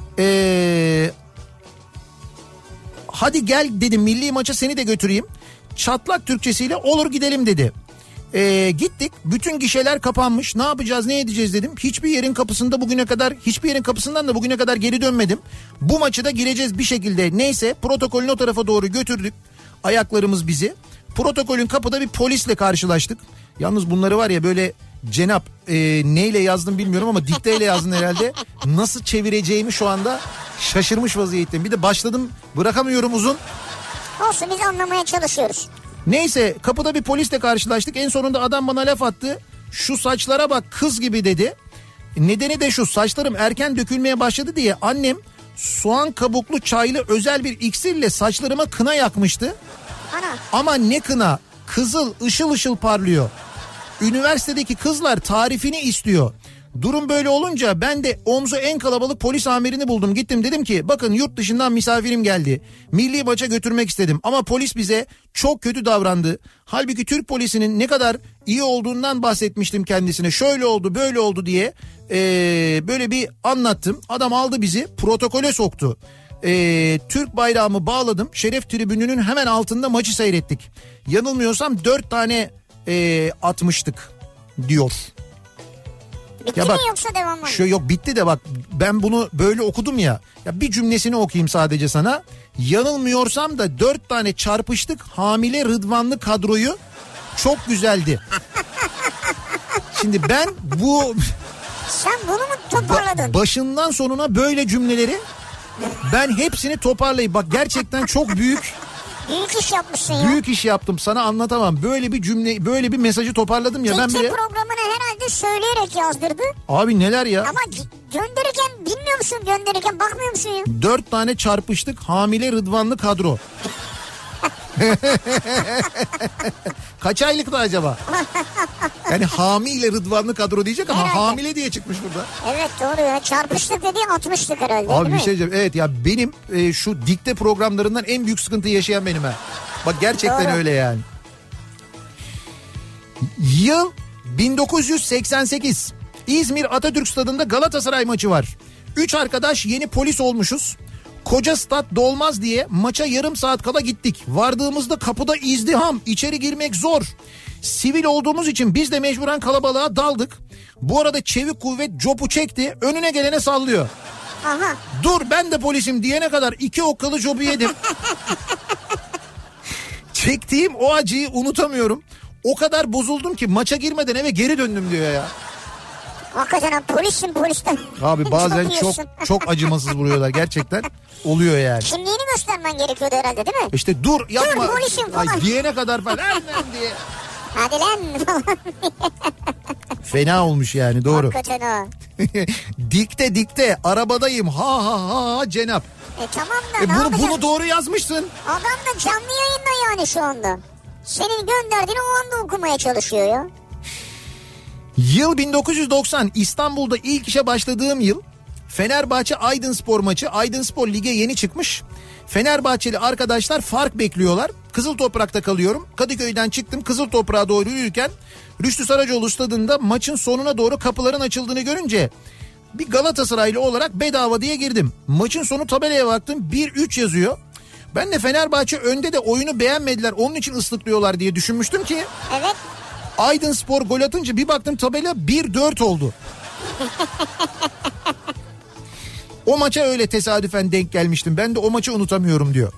Hadi gel dedim, milli maça seni de götüreyim. Çatlak Türkçesiyle olur gidelim dedi. Gittik, bütün gişeler kapanmış, ne yapacağız ne edeceğiz dedim. Hiçbir yerin kapısından da bugüne kadar geri dönmedim. Bu maçı da gireceğiz bir şekilde. Neyse, protokolün o tarafa doğru götürdük ayaklarımız bizi. Protokolün kapıda bir polisle karşılaştık. Yalnız bunları var ya böyle Cenap neyle yazdım bilmiyorum ama dikteyle yazdın herhalde. Nasıl çevireceğimi şu anda şaşırmış vaziyetteyim. Bir de başladım, bırakamıyorum uzun. Olsun, biz anlamaya çalışıyoruz. Neyse, kapıda bir polisle karşılaştık. En sonunda adam bana laf attı. Şu saçlara bak kız gibi dedi. Nedeni de şu, saçlarım erken dökülmeye başladı diye annem soğan kabuklu çaylı özel bir iksirle saçlarıma kına yakmıştı. Ana. Ama ne kına, kızıl ışıl ışıl parlıyor. Üniversitedeki kızlar tarifini istiyor. Durum böyle olunca ben de omzu en kalabalık polis amirini buldum. Gittim, dedim ki bakın yurt dışından misafirim geldi. Milli maça götürmek istedim ama polis bize çok kötü davrandı. Halbuki Türk polisinin ne kadar iyi olduğundan bahsetmiştim kendisine. Şöyle oldu böyle oldu diye böyle bir anlattım. Adam aldı bizi protokole soktu. Türk bayrağımı bağladım. Şeref tribününün hemen altında maçı seyrettik. Yanılmıyorsam 4 tane atmıştık diyor. Bitti ya bak, mi yoksa devam mı? Yok bitti de bak, ben bunu böyle okudum ya. Ya bir cümlesini okuyayım sadece sana. Yanılmıyorsam da 4 tane çarpıştık hamile Rıdvanlı kadroyu, çok güzeldi. Şimdi ben bu... Sen bunu mu toparladın? Başından sonuna böyle cümleleri ben hepsini toparlayıp bak gerçekten çok büyük... Büyük iş yapmışsın ya. Büyük iş yaptım, sana anlatamam. Böyle bir cümle, böyle bir mesajı toparladım ya. Ben bile... programını herhalde söyleyerek yazdırdı. Abi neler ya. Ama gönderirken bilmiyor musun, gönderirken bakmıyor musun ya? 4 tane çarpıştık hamile Rıdvanlı kadro. Kaç aylıktı acaba? Yani hamile Rıdvanlı kadro diyecek ama herhalde hamile diye çıkmış burada. Evet doğru ya, çarpıştık dediğin atmıştık herhalde. Abi bir şey diyeceğim. Evet ya, benim şu dikte programlarından en büyük sıkıntı yaşayan benim ha. Bak gerçekten doğru, öyle yani. Yıl 1988. İzmir Atatürk Stadı'nda Galatasaray maçı var. 3 arkadaş yeni polis olmuşuz. Koca stat dolmaz diye maça yarım saat kala gittik. Vardığımızda kapıda izdiham, içeri girmek zor. Sivil olduğumuz için biz de mecburen kalabalığa daldık. Bu arada çevik kuvvet copu çekti, önüne gelene sallıyor. Aha. Dur ben de polisim diyene kadar 2 okkalı copu yedim. Çektiğim o acıyı unutamıyorum. O kadar bozuldum ki maça girmeden eve geri döndüm diyor ya. Hakikaten polissin, polisten. Abi bazen çok acımasız vuruyorlar gerçekten. Oluyor yani. Kimliğini göstermen gerekiyordu herhalde değil mi? İşte dur yapma. Dur polisim falan. Ay, diyene kadar falan diye. Hadi lan. Fena olmuş yani, doğru. Hakikaten o. Dikte arabadayım ha Cenap. Tamam da bunu doğru yazmışsın. Adam da canlı yayında yani şu anda. Senin gönderdiğini o anda okumaya çalışıyor ya. Yıl 1990, İstanbul'da ilk işe başladığım yıl. Fenerbahçe Aydınspor maçı. Aydınspor lige yeni çıkmış. Fenerbahçeli arkadaşlar fark bekliyorlar. Kızıltoprak'ta kalıyorum. Kadıköy'den çıktım, Kızıltoprak'a doğru yürürken Rüştü Saracoğlu stadında maçın sonuna doğru kapıların açıldığını görünce bir Galatasaraylı olarak bedava diye girdim. Maçın sonu tabelaya baktım, 1-3 yazıyor. Ben de Fenerbahçe önde de oyunu beğenmediler, onun için ıslıklıyorlar diye düşünmüştüm ki. Evet. Aydınspor gol atınca bir baktım tabela 1-4 oldu. O maça öyle tesadüfen denk gelmiştim. Ben de o maçı unutamıyorum diyor.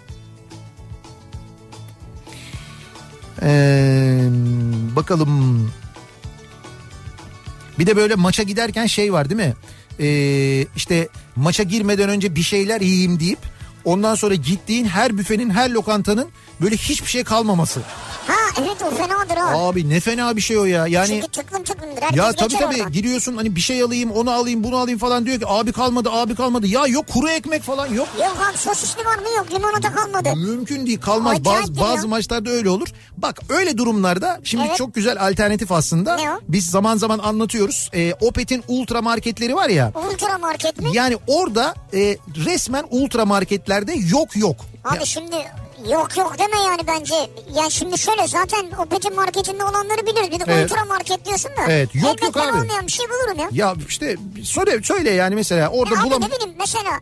Bakalım. Bir de böyle maça giderken şey var değil mi? İşte maça girmeden önce bir şeyler yiyeyim deyip ondan sonra gittiğin her büfenin, her lokantanın böyle hiçbir şey kalmaması. Ha evet o fenadır ha. Abi ne fena bir şey o ya. Yani çünkü tıklım tıklımdır. Herkes ya tabii oradan. giriyorsun hani bir şey alayım, onu alayım, bunu alayım falan diyor ki abi kalmadı. Ya yok kuru ekmek falan yok. Yok abi sosisli var mı, yok limonata kalmadı. Mümkün değil, kalmaz. Bazı maçlarda öyle olur. Bak öyle durumlarda şimdi çok güzel alternatif aslında. Ne o? Biz zaman zaman anlatıyoruz. Opet'in ultra marketleri var ya. Ultra market mi? Yani orada resmen ultra marketlerde yok. Abi Ya, şimdi yok deme yani bence. Yani şimdi şöyle zaten Opet'in marketinde olanları biliriz. Bir de ultra market diyorsun da. Evet yok abi. olmayan bir şey bulurum ya. Ya işte söyle yani mesela orada abi ne bileyim mesela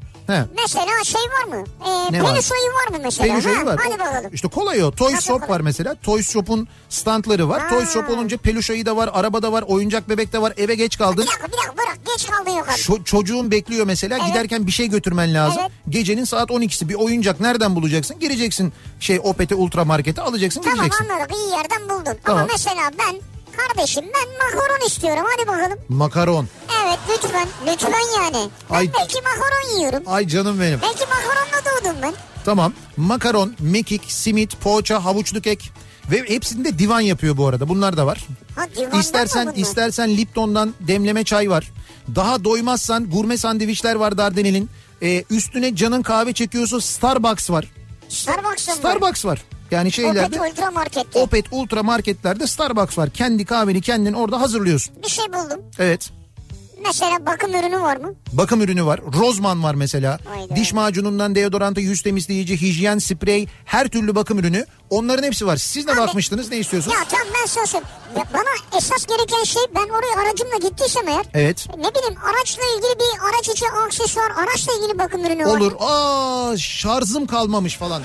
şey var mı? Peluşayı var mı mesela? Peluşayı var. Hadi bakalım. İşte kolay o. Toys Nasıl Shop kolay? var mesela. Toys Shop'un standları var. Toys Shop olunca peluşayı da var, araba da var, oyuncak bebek de var. Eve geç kaldın. Bir dakika bırak, geç kaldın yok abi. Çocuğun bekliyor mesela. Evet. Giderken bir şey götürmen lazım. Evet. Gecenin saat 12'si bir oyuncak nereden bulacaksın? Gireceksin Opet'e, ultra markete alacaksın, gideceksin. Tamam anladım, iyi yerden buldun. Tamam. Ama mesela kardeşim ben makaron istiyorum, hadi bakalım. Makaron. Evet lütfen yani. Ben belki makaron yiyorum. Ay canım benim. Belki makaronla doğdum ben. Tamam, makaron, mekik, simit, poğaça, havuçlu kek ve hepsinde divan yapıyor bu arada. Bunlar da var. Ha, divandan İstersen Lipton'dan demleme çay var. Daha doymazsan gurme sandviçler var Dardanel'in. Üstüne canın kahve çekiyorsa Starbucks var. Starbucks var. Yani şeylerde Opet ultra marketlerde Starbucks var. Kendi kahveni kendin orada hazırlıyorsun. Bir şey buldum. Evet. Mesela bakım ürünü var mı? Bakım ürünü var. Rozman var mesela. Haydi. Diş macunundan deodoranta, yüz temizleyici, hijyen sprey, her türlü bakım ürünü. Onların hepsi var. Siz de bakmıştınız, ne istiyorsunuz? Ya tamam ben sana bana esas gereken şey, ben oraya aracımla gittiysem eğer. Evet. Ne bileyim araçla ilgili bir araç içi aksesuar, araçla ilgili bakım ürünü var. Olur. Şarjım kalmamış falan.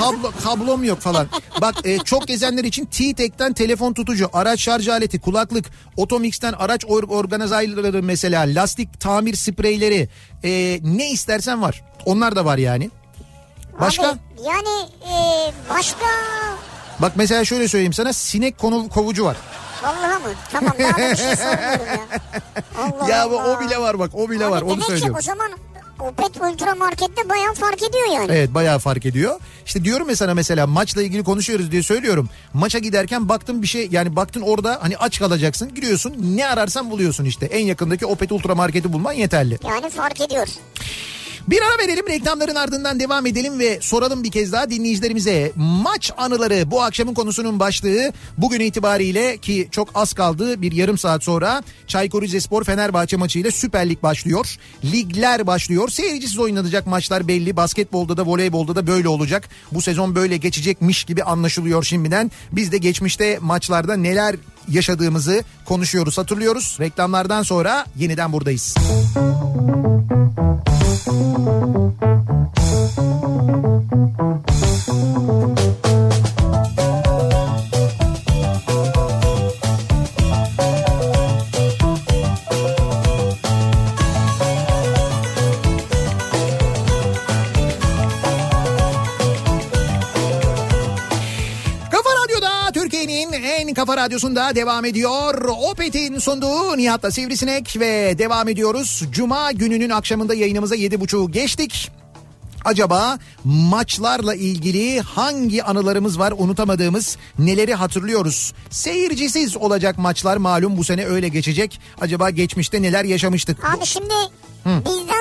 Kablom yok falan. Bak çok gezenler için T-Tek'ten telefon tutucu, araç şarj aleti, kulaklık, Otomix'ten araç organizerleri mesela, lastik tamir spreyleri, ne istersen var. Onlar da var yani. Başka? Abi, yani başka... Bak mesela şöyle söyleyeyim sana, sinek kovucu var. Vallahi mı? Tamam, daha da bir şey sormuyorum ya. Allah. O bile var bak, o bile var, onu söylüyorum. Demek ki o zaman Opet Ultra Market'te bayağı fark ediyor yani. Evet, bayağı fark ediyor. İşte diyorum mesela maçla ilgili konuşuyoruz diye söylüyorum. Maça giderken baktın bir şey, yani baktın orada hani aç kalacaksın, giriyorsun, ne ararsan buluyorsun işte. En yakındaki Opet Ultra Market'i bulman yeterli. Yani fark ediyor. Bir ara verelim, reklamların ardından devam edelim ve soralım bir kez daha dinleyicilerimize. Maç anıları bu akşamın konusunun başlığı. Bugün itibariyle, ki çok az kaldı, bir yarım saat sonra Çaykur Rizespor Fenerbahçe maçıyla Süper Lig başlıyor. Ligler başlıyor. Seyircisiz oynanacak maçlar belli. Basketbolda da voleybolda da böyle olacak. Bu sezon böyle geçecekmiş gibi anlaşılıyor şimdiden. Biz de geçmişte maçlarda neler yaşadığımızı konuşuyoruz, hatırlıyoruz. Reklamlardan sonra yeniden buradayız. Kafa Radyosu'nda devam ediyor. Opet'in sunduğu Nihat'la Sivrisinek ve devam ediyoruz. Cuma gününün akşamında yayınımıza 7.30'u geçtik. Acaba maçlarla ilgili hangi anılarımız var, unutamadığımız, neleri hatırlıyoruz? Seyircisiz olacak maçlar malum bu sene öyle geçecek. Acaba geçmişte neler yaşamıştık? Abi şimdi bizden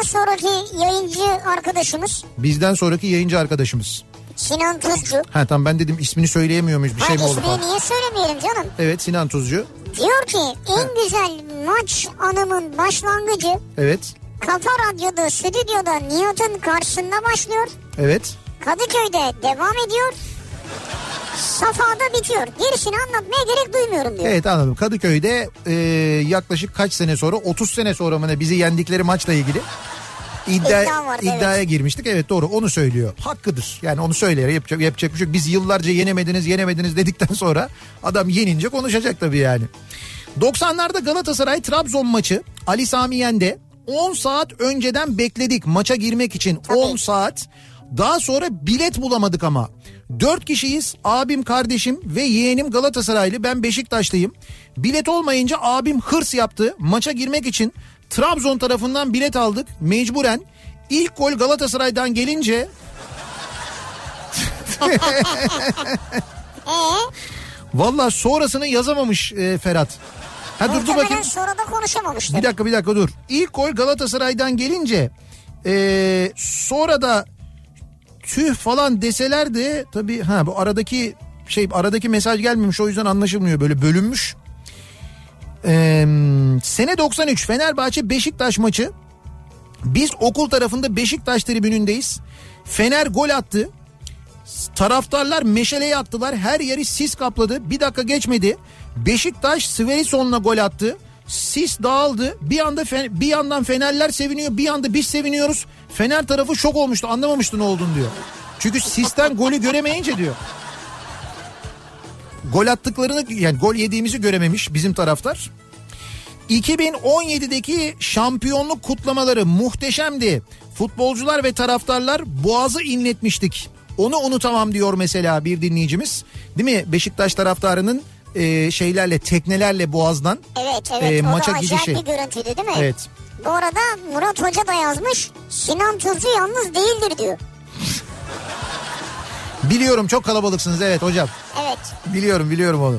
sonraki yayıncı arkadaşımız. Sinan Tuzcu. Tamam, ben dedim ismini söyleyemiyor muyuz, bir şey mi oldu falan. İsmini niye söylemeyelim canım? Evet, Sinan Tuzcu. Diyor ki en güzel maç anımın başlangıcı. Evet. Kafa Radyo'da, stüdyoda Nihat'ın karşısında başlıyor. Evet. Kadıköy'de devam ediyor. Safa'da bitiyor. Gerisini anlatmaya gerek duymuyorum diyor. Evet, anladım. Kadıköy'de yaklaşık kaç sene sonra, 30 sene sonra mı ne, bizi yendikleri maçla ilgili iddiaya girmiştik. Evet, doğru, onu söylüyor. Hakkıdır. Yani onu söyler, yapacak bir şey yok. Biz yıllarca yenemediniz dedikten sonra adam yenince konuşacak tabii yani. 90'larda Galatasaray Trabzon maçı Ali Sami Yen'de 10 saat önceden bekledik maça girmek için. Tabii. 10 saat. Daha sonra bilet bulamadık ama. 4 kişiyiz. Abim, kardeşim ve yeğenim Galatasaraylı. Ben Beşiktaşlıyım. Bilet olmayınca abim hırs yaptı. Maça girmek için Trabzon tarafından bilet aldık. Mecburen. İlk gol Galatasaray'dan gelince... Vallahi sonrasını yazamamış Ferhat. Ha dur bakayım. Sonra da konuşamamıştır. Bir dakika dur. İlk gol Galatasaray'dan gelince sonra da tüh falan deseler de tabii bu aradaki mesaj gelmemiş, o yüzden anlaşılmıyor, böyle bölünmüş. Sene 93 Fenerbahçe Beşiktaş maçı. Biz okul tarafında Beşiktaş tribünündeyiz. Fener gol attı. Taraftarlar meşaleye attılar. Her yeri sis kapladı. Bir dakika geçmedi. Beşiktaş Sverisson'la gol attı. Sis dağıldı. Bir yandan Fenerler seviniyor, bir yanda biz seviniyoruz. Fener tarafı şok olmuştu, anlamamıştı ne olduğunu diyor. Çünkü sisten golü göremeyince diyor. Gol attıklarını, yani gol yediğimizi görememiş bizim taraftar. 2017'deki şampiyonluk kutlamaları muhteşemdi. Futbolcular ve taraftarlar boğazı inletmiştik. Onu unutamam diyor mesela bir dinleyicimiz. Değil mi? Beşiktaş taraftarının teknelerle boğazdan maça gidişi. O da acayip bir görüntüydü değil mi? Evet. Bu arada Murat Hoca da yazmış. Sinan Tuzcu yalnız değildir diyor. Biliyorum, çok kalabalıksınız evet hocam. Evet. Biliyorum onu.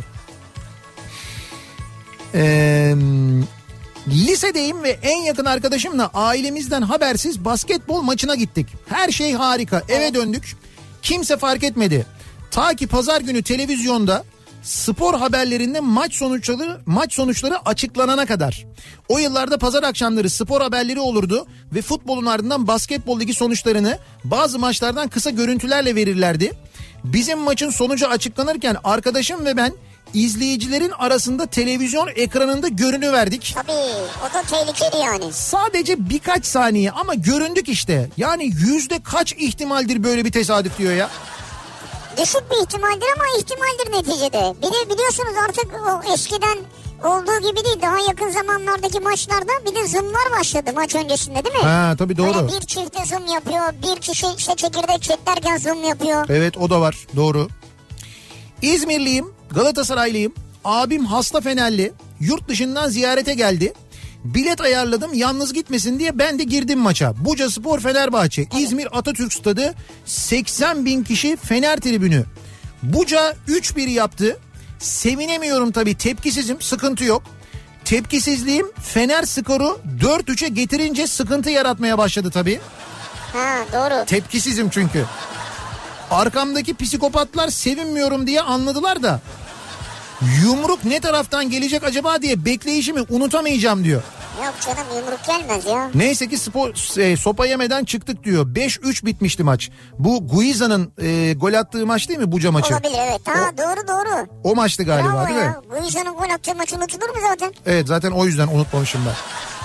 Lisedeyim ve en yakın arkadaşımla ailemizden habersiz basketbol maçına gittik. Her şey harika. Eve döndük. Kimse fark etmedi. Ta ki pazar günü televizyonda spor haberlerinde maç sonuçları açıklanana kadar. O yıllarda pazar akşamları spor haberleri olurdu ve futbolun ardından basketbol ligi sonuçlarını bazı maçlardan kısa görüntülerle verirlerdi. Bizim maçın sonucu açıklanırken arkadaşım ve ben izleyicilerin arasında televizyon ekranında görünüverdik. Tabii, o da tehlikeli yani. Sadece birkaç saniye ama göründük işte. Yani yüzde kaç ihtimaldir böyle bir tesadüf diyor ya. Düşük bir ihtimaldir ama ihtimaldir neticede. Bir de biliyorsunuz artık o eskiden olduğu gibi değil, daha yakın zamanlardaki maçlarda bir de zoomlar başladı maç öncesinde değil mi? Ha tabii doğru. Böyle bir çifte zoom yapıyor, bir kişi işte çekirdek çeklerken zoom yapıyor. Evet, o da var, doğru. İzmirliyim, Galatasaraylıyım. Abim hasta Fenerli, yurt dışından ziyarete geldi. Bilet ayarladım yalnız gitmesin diye, ben de girdim maça. Bucaspor Fenerbahçe, evet. İzmir Atatürk Stadı, 80 bin kişi Fener tribünü. Buca 3-1 yaptı. Sevinemiyorum tabii, tepkisizim, sıkıntı yok. Tepkisizliğim Fener skoru 4-3'e getirince sıkıntı yaratmaya başladı tabii. Ha doğru. Tepkisizim çünkü. Arkamdaki psikopatlar sevinmiyorum diye anladılar da yumruk ne taraftan gelecek acaba diye bekleyişimi unutamayacağım diyor. Yok canım, yumruk gelmez ya. Neyse ki sopa yemeden çıktık diyor. 5-3 bitmişti maç. Bu Guiza'nın gol attığı maç değil mi, Buca maçı? Olabilir evet. Doğru. O maçtı galiba. Bravo değil ya. mi? Guiza'nın gol attığı maç unutulur mu zaten? Evet, zaten o yüzden unutmamışım ben.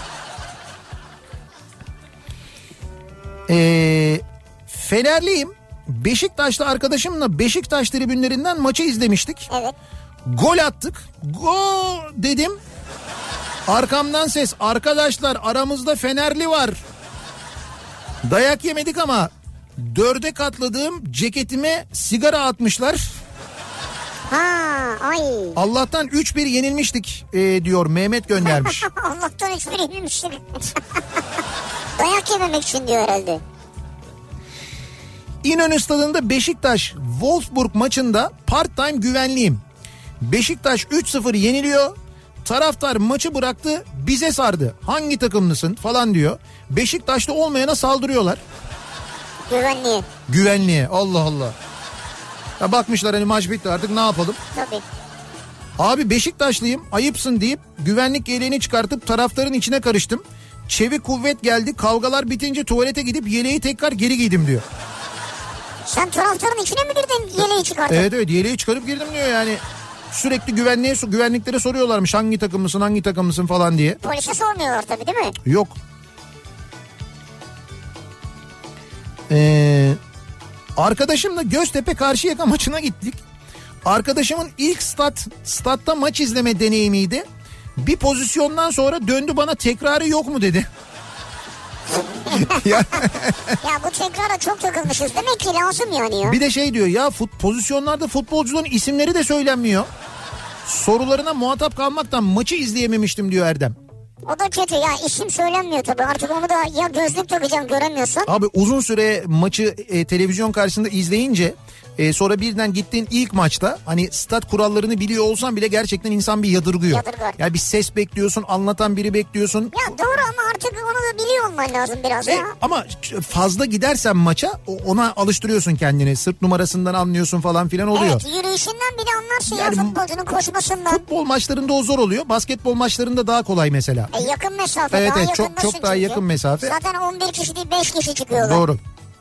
Fenerliyim. Beşiktaşlı arkadaşımla Beşiktaş tribünlerinden maçı izlemiştik. Evet. Gol attık. Gol dedim. Arkamdan ses, arkadaşlar aramızda Fenerli var. Dayak yemedik ama 4'e katladığım ceketime sigara atmışlar. Ay. Allah'tan 3-1 yenilmiştik diyor, Mehmet göndermiş. Allah'tan 3-1 yenilmiştik. Dayak yememek için diyor herhalde. İnönü Stadı'nda Beşiktaş Wolfsburg maçında part-time güvenliyim. Beşiktaş 3-0 yeniliyor. Taraftar maçı bıraktı, bize sardı. Hangi takımlısın falan diyor. Beşiktaş'ta olmayana saldırıyorlar. Güvenliğe. Allah Allah. Ya bakmışlar hani maç bitti, artık ne yapalım? Tabii. Abi Beşiktaşlıyım, ayıpsın deyip güvenlik yeleğini çıkartıp taraftarın içine karıştım. Çevik kuvvet geldi, kavgalar bitince tuvalete gidip yeleği tekrar geri giydim diyor. Sen taraftarın içine mi girdin, yeleği çıkarttın? Evet yeleği çıkarıp girdim diyor yani. Sürekli güvenliklere soruyorlarmış hangi takımlısın falan diye. Polise sormuyorlar tabii değil mi? Yok. Arkadaşımla Göztepe Karşıyaka maçına gittik. Arkadaşımın ilk statta maç izleme deneyimiydi. Bir pozisyondan sonra döndü bana, tekrarı yok mu dedi. Ya bu tekrara çok takılmışız. Demek ki lazım yani ya. Bir de diyor ya, pozisyonlarda futbolcuların isimleri de söylenmiyor. Sorularına muhatap kalmaktan maçı izleyememiştim diyor Erdem. O da kötü ya, isim söylenmiyor tabii, artık onu da ya gözlük takacaksın göremiyorsun. Abi uzun süre maçı televizyon karşısında izleyince Sonra birden gittiğin ilk maçta hani stat kurallarını biliyor olsan bile gerçekten insan bir yadırgıyor. Yani bir ses bekliyorsun, anlatan biri bekliyorsun. Ya doğru ama artık onu da biliyor olman lazım biraz ya. Ama fazla gidersen maça ona alıştırıyorsun kendini. Sırt numarasından anlıyorsun falan filan oluyor. Evet, yürüyüşünden bile anlarsın yani, ya futbolcunun koşmasından. Futbol maçlarında o zor oluyor. Basketbol maçlarında daha kolay mesela. Yakın mesafe, evet, daha evet, çok daha yakın mesafe. Zaten 11 kişi değil 5 kişi çıkıyorlar. Doğru.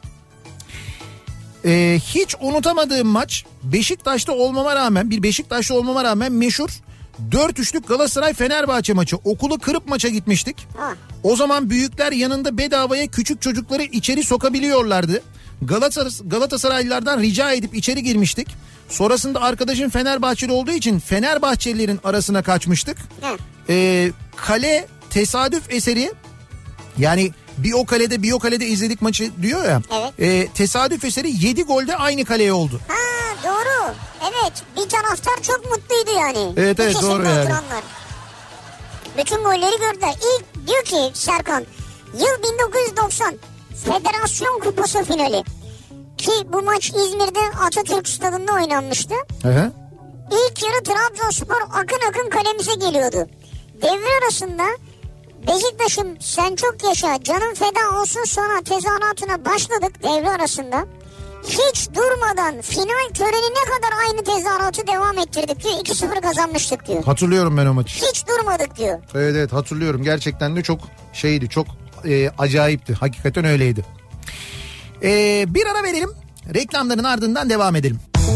Hiç unutamadığım maç Beşiktaş'ta olmama rağmen meşhur 4-3'lük Galatasaray Fenerbahçe maçı. Okulu kırıp maça gitmiştik. O zaman büyükler yanında bedavaya küçük çocukları içeri sokabiliyorlardı. Galatasaraylılardan rica edip içeri girmiştik. Sonrasında arkadaşım Fenerbahçeli olduğu için Fenerbahçelilerin arasına kaçmıştık. Kale tesadüf eseri, yani bir o kalede izledik maçı diyor ya. Evet. Tesadüf eseri 7 golde aynı kaleye oldu. Ha doğru. Evet, bir taraftar çok mutluydu yani. Evet doğru yani. Oturanlar. Bütün golleri gördüler. İlk diyor ki Serkan, yıl 1990 Federasyon Kupası finali. Ki bu maç İzmir'de Atatürk Stadı'nda oynanmıştı. Hı. İlk yarı Trabzonspor akın kalemize geliyordu. Devre arasında Beşiktaş'ım sen çok yaşa canım feda olsun sonra tezahüratına başladık devre arasında. Hiç durmadan final törenine kadar aynı tezahüratı devam ettirdik diyor. 2-0 kazanmıştık diyor. Hatırlıyorum ben o maçı. Hiç durmadık diyor. Evet hatırlıyorum. Gerçekten de çok çok acayipti. Hakikaten öyleydi. Bir ara verelim. Reklamların ardından devam edelim.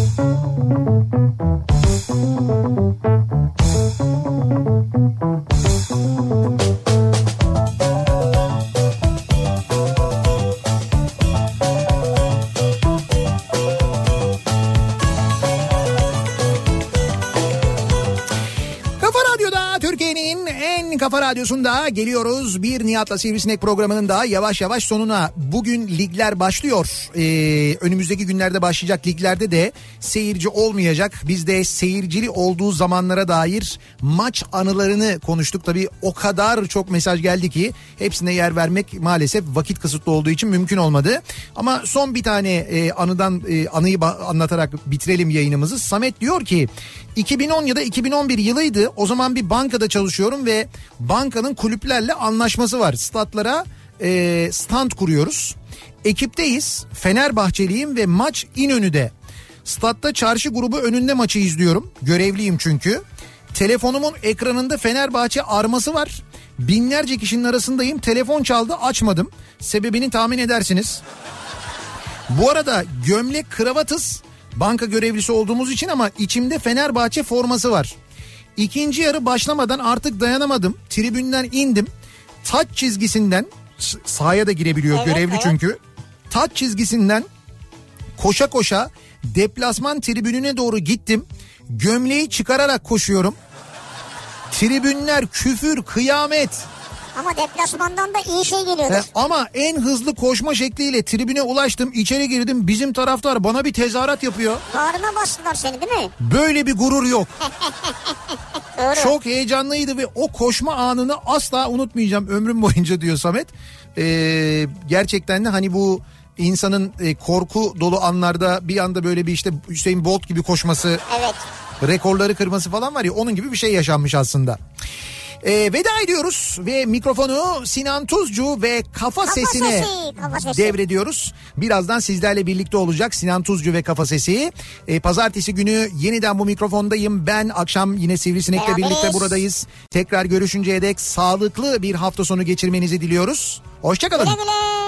Kafa Radyosu'nda geliyoruz. Bir Nihat'la Sivrisinek programının da yavaş yavaş sonuna. Bugün ligler başlıyor. Önümüzdeki günlerde başlayacak liglerde de seyirci olmayacak. Biz de seyircili olduğu zamanlara dair maç anılarını konuştuk. Tabii o kadar çok mesaj geldi ki hepsine yer vermek maalesef vakit kısıtlı olduğu için mümkün olmadı. Ama son bir tane anıyı anlatarak bitirelim yayınımızı. Samet diyor ki 2010 ya da 2011 yılıydı. O zaman bir bankada çalışıyorum ve bankanın kulüplerle anlaşması var. Statlara stand kuruyoruz. Ekipteyiz. Fenerbahçeliyim ve maç İnönü'de. Statta çarşı grubu önünde maçı izliyorum. Görevliyim çünkü. Telefonumun ekranında Fenerbahçe arması var. Binlerce kişinin arasındayım. Telefon çaldı, açmadım. Sebebini tahmin edersiniz. Bu arada gömlek kravatız. Banka görevlisi olduğumuz için ama içimde Fenerbahçe forması var. İkinci yarı başlamadan artık dayanamadım. Tribünden indim. Taç çizgisinden, sahaya da girebiliyor görevli çünkü. Taç çizgisinden koşa koşa deplasman tribününe doğru gittim. Gömleği çıkararak koşuyorum. Tribünler küfür, kıyamet. Ama deplasmandan da iyi şey geliyordur. Ama en hızlı koşma şekliyle tribüne ulaştım, içeri girdim. Bizim taraftar bana bir tezahürat yapıyor. Bağrına bastılar seni değil mi? Böyle bir gurur yok. Doğru. Çok heyecanlıydı ve o koşma anını asla unutmayacağım ömrüm boyunca diyor Samet. Gerçekten de hani bu insanın korku dolu anlarda bir anda böyle bir işte Hüseyin Bolt gibi koşması. Evet. Rekorları kırması falan var ya, onun gibi bir şey yaşanmış aslında. Veda ediyoruz ve mikrofonu Sinan Tuzcu ve Kafa Sesi'ne devrediyoruz. Birazdan sizlerle birlikte olacak Sinan Tuzcu ve Kafa Sesi. Pazartesi günü yeniden bu mikrofondayım. Ben akşam yine Sivrisinek'le birlikte buradayız. Tekrar görüşünceye dek sağlıklı bir hafta sonu geçirmenizi diliyoruz. Hoşça kalın. Güle güle.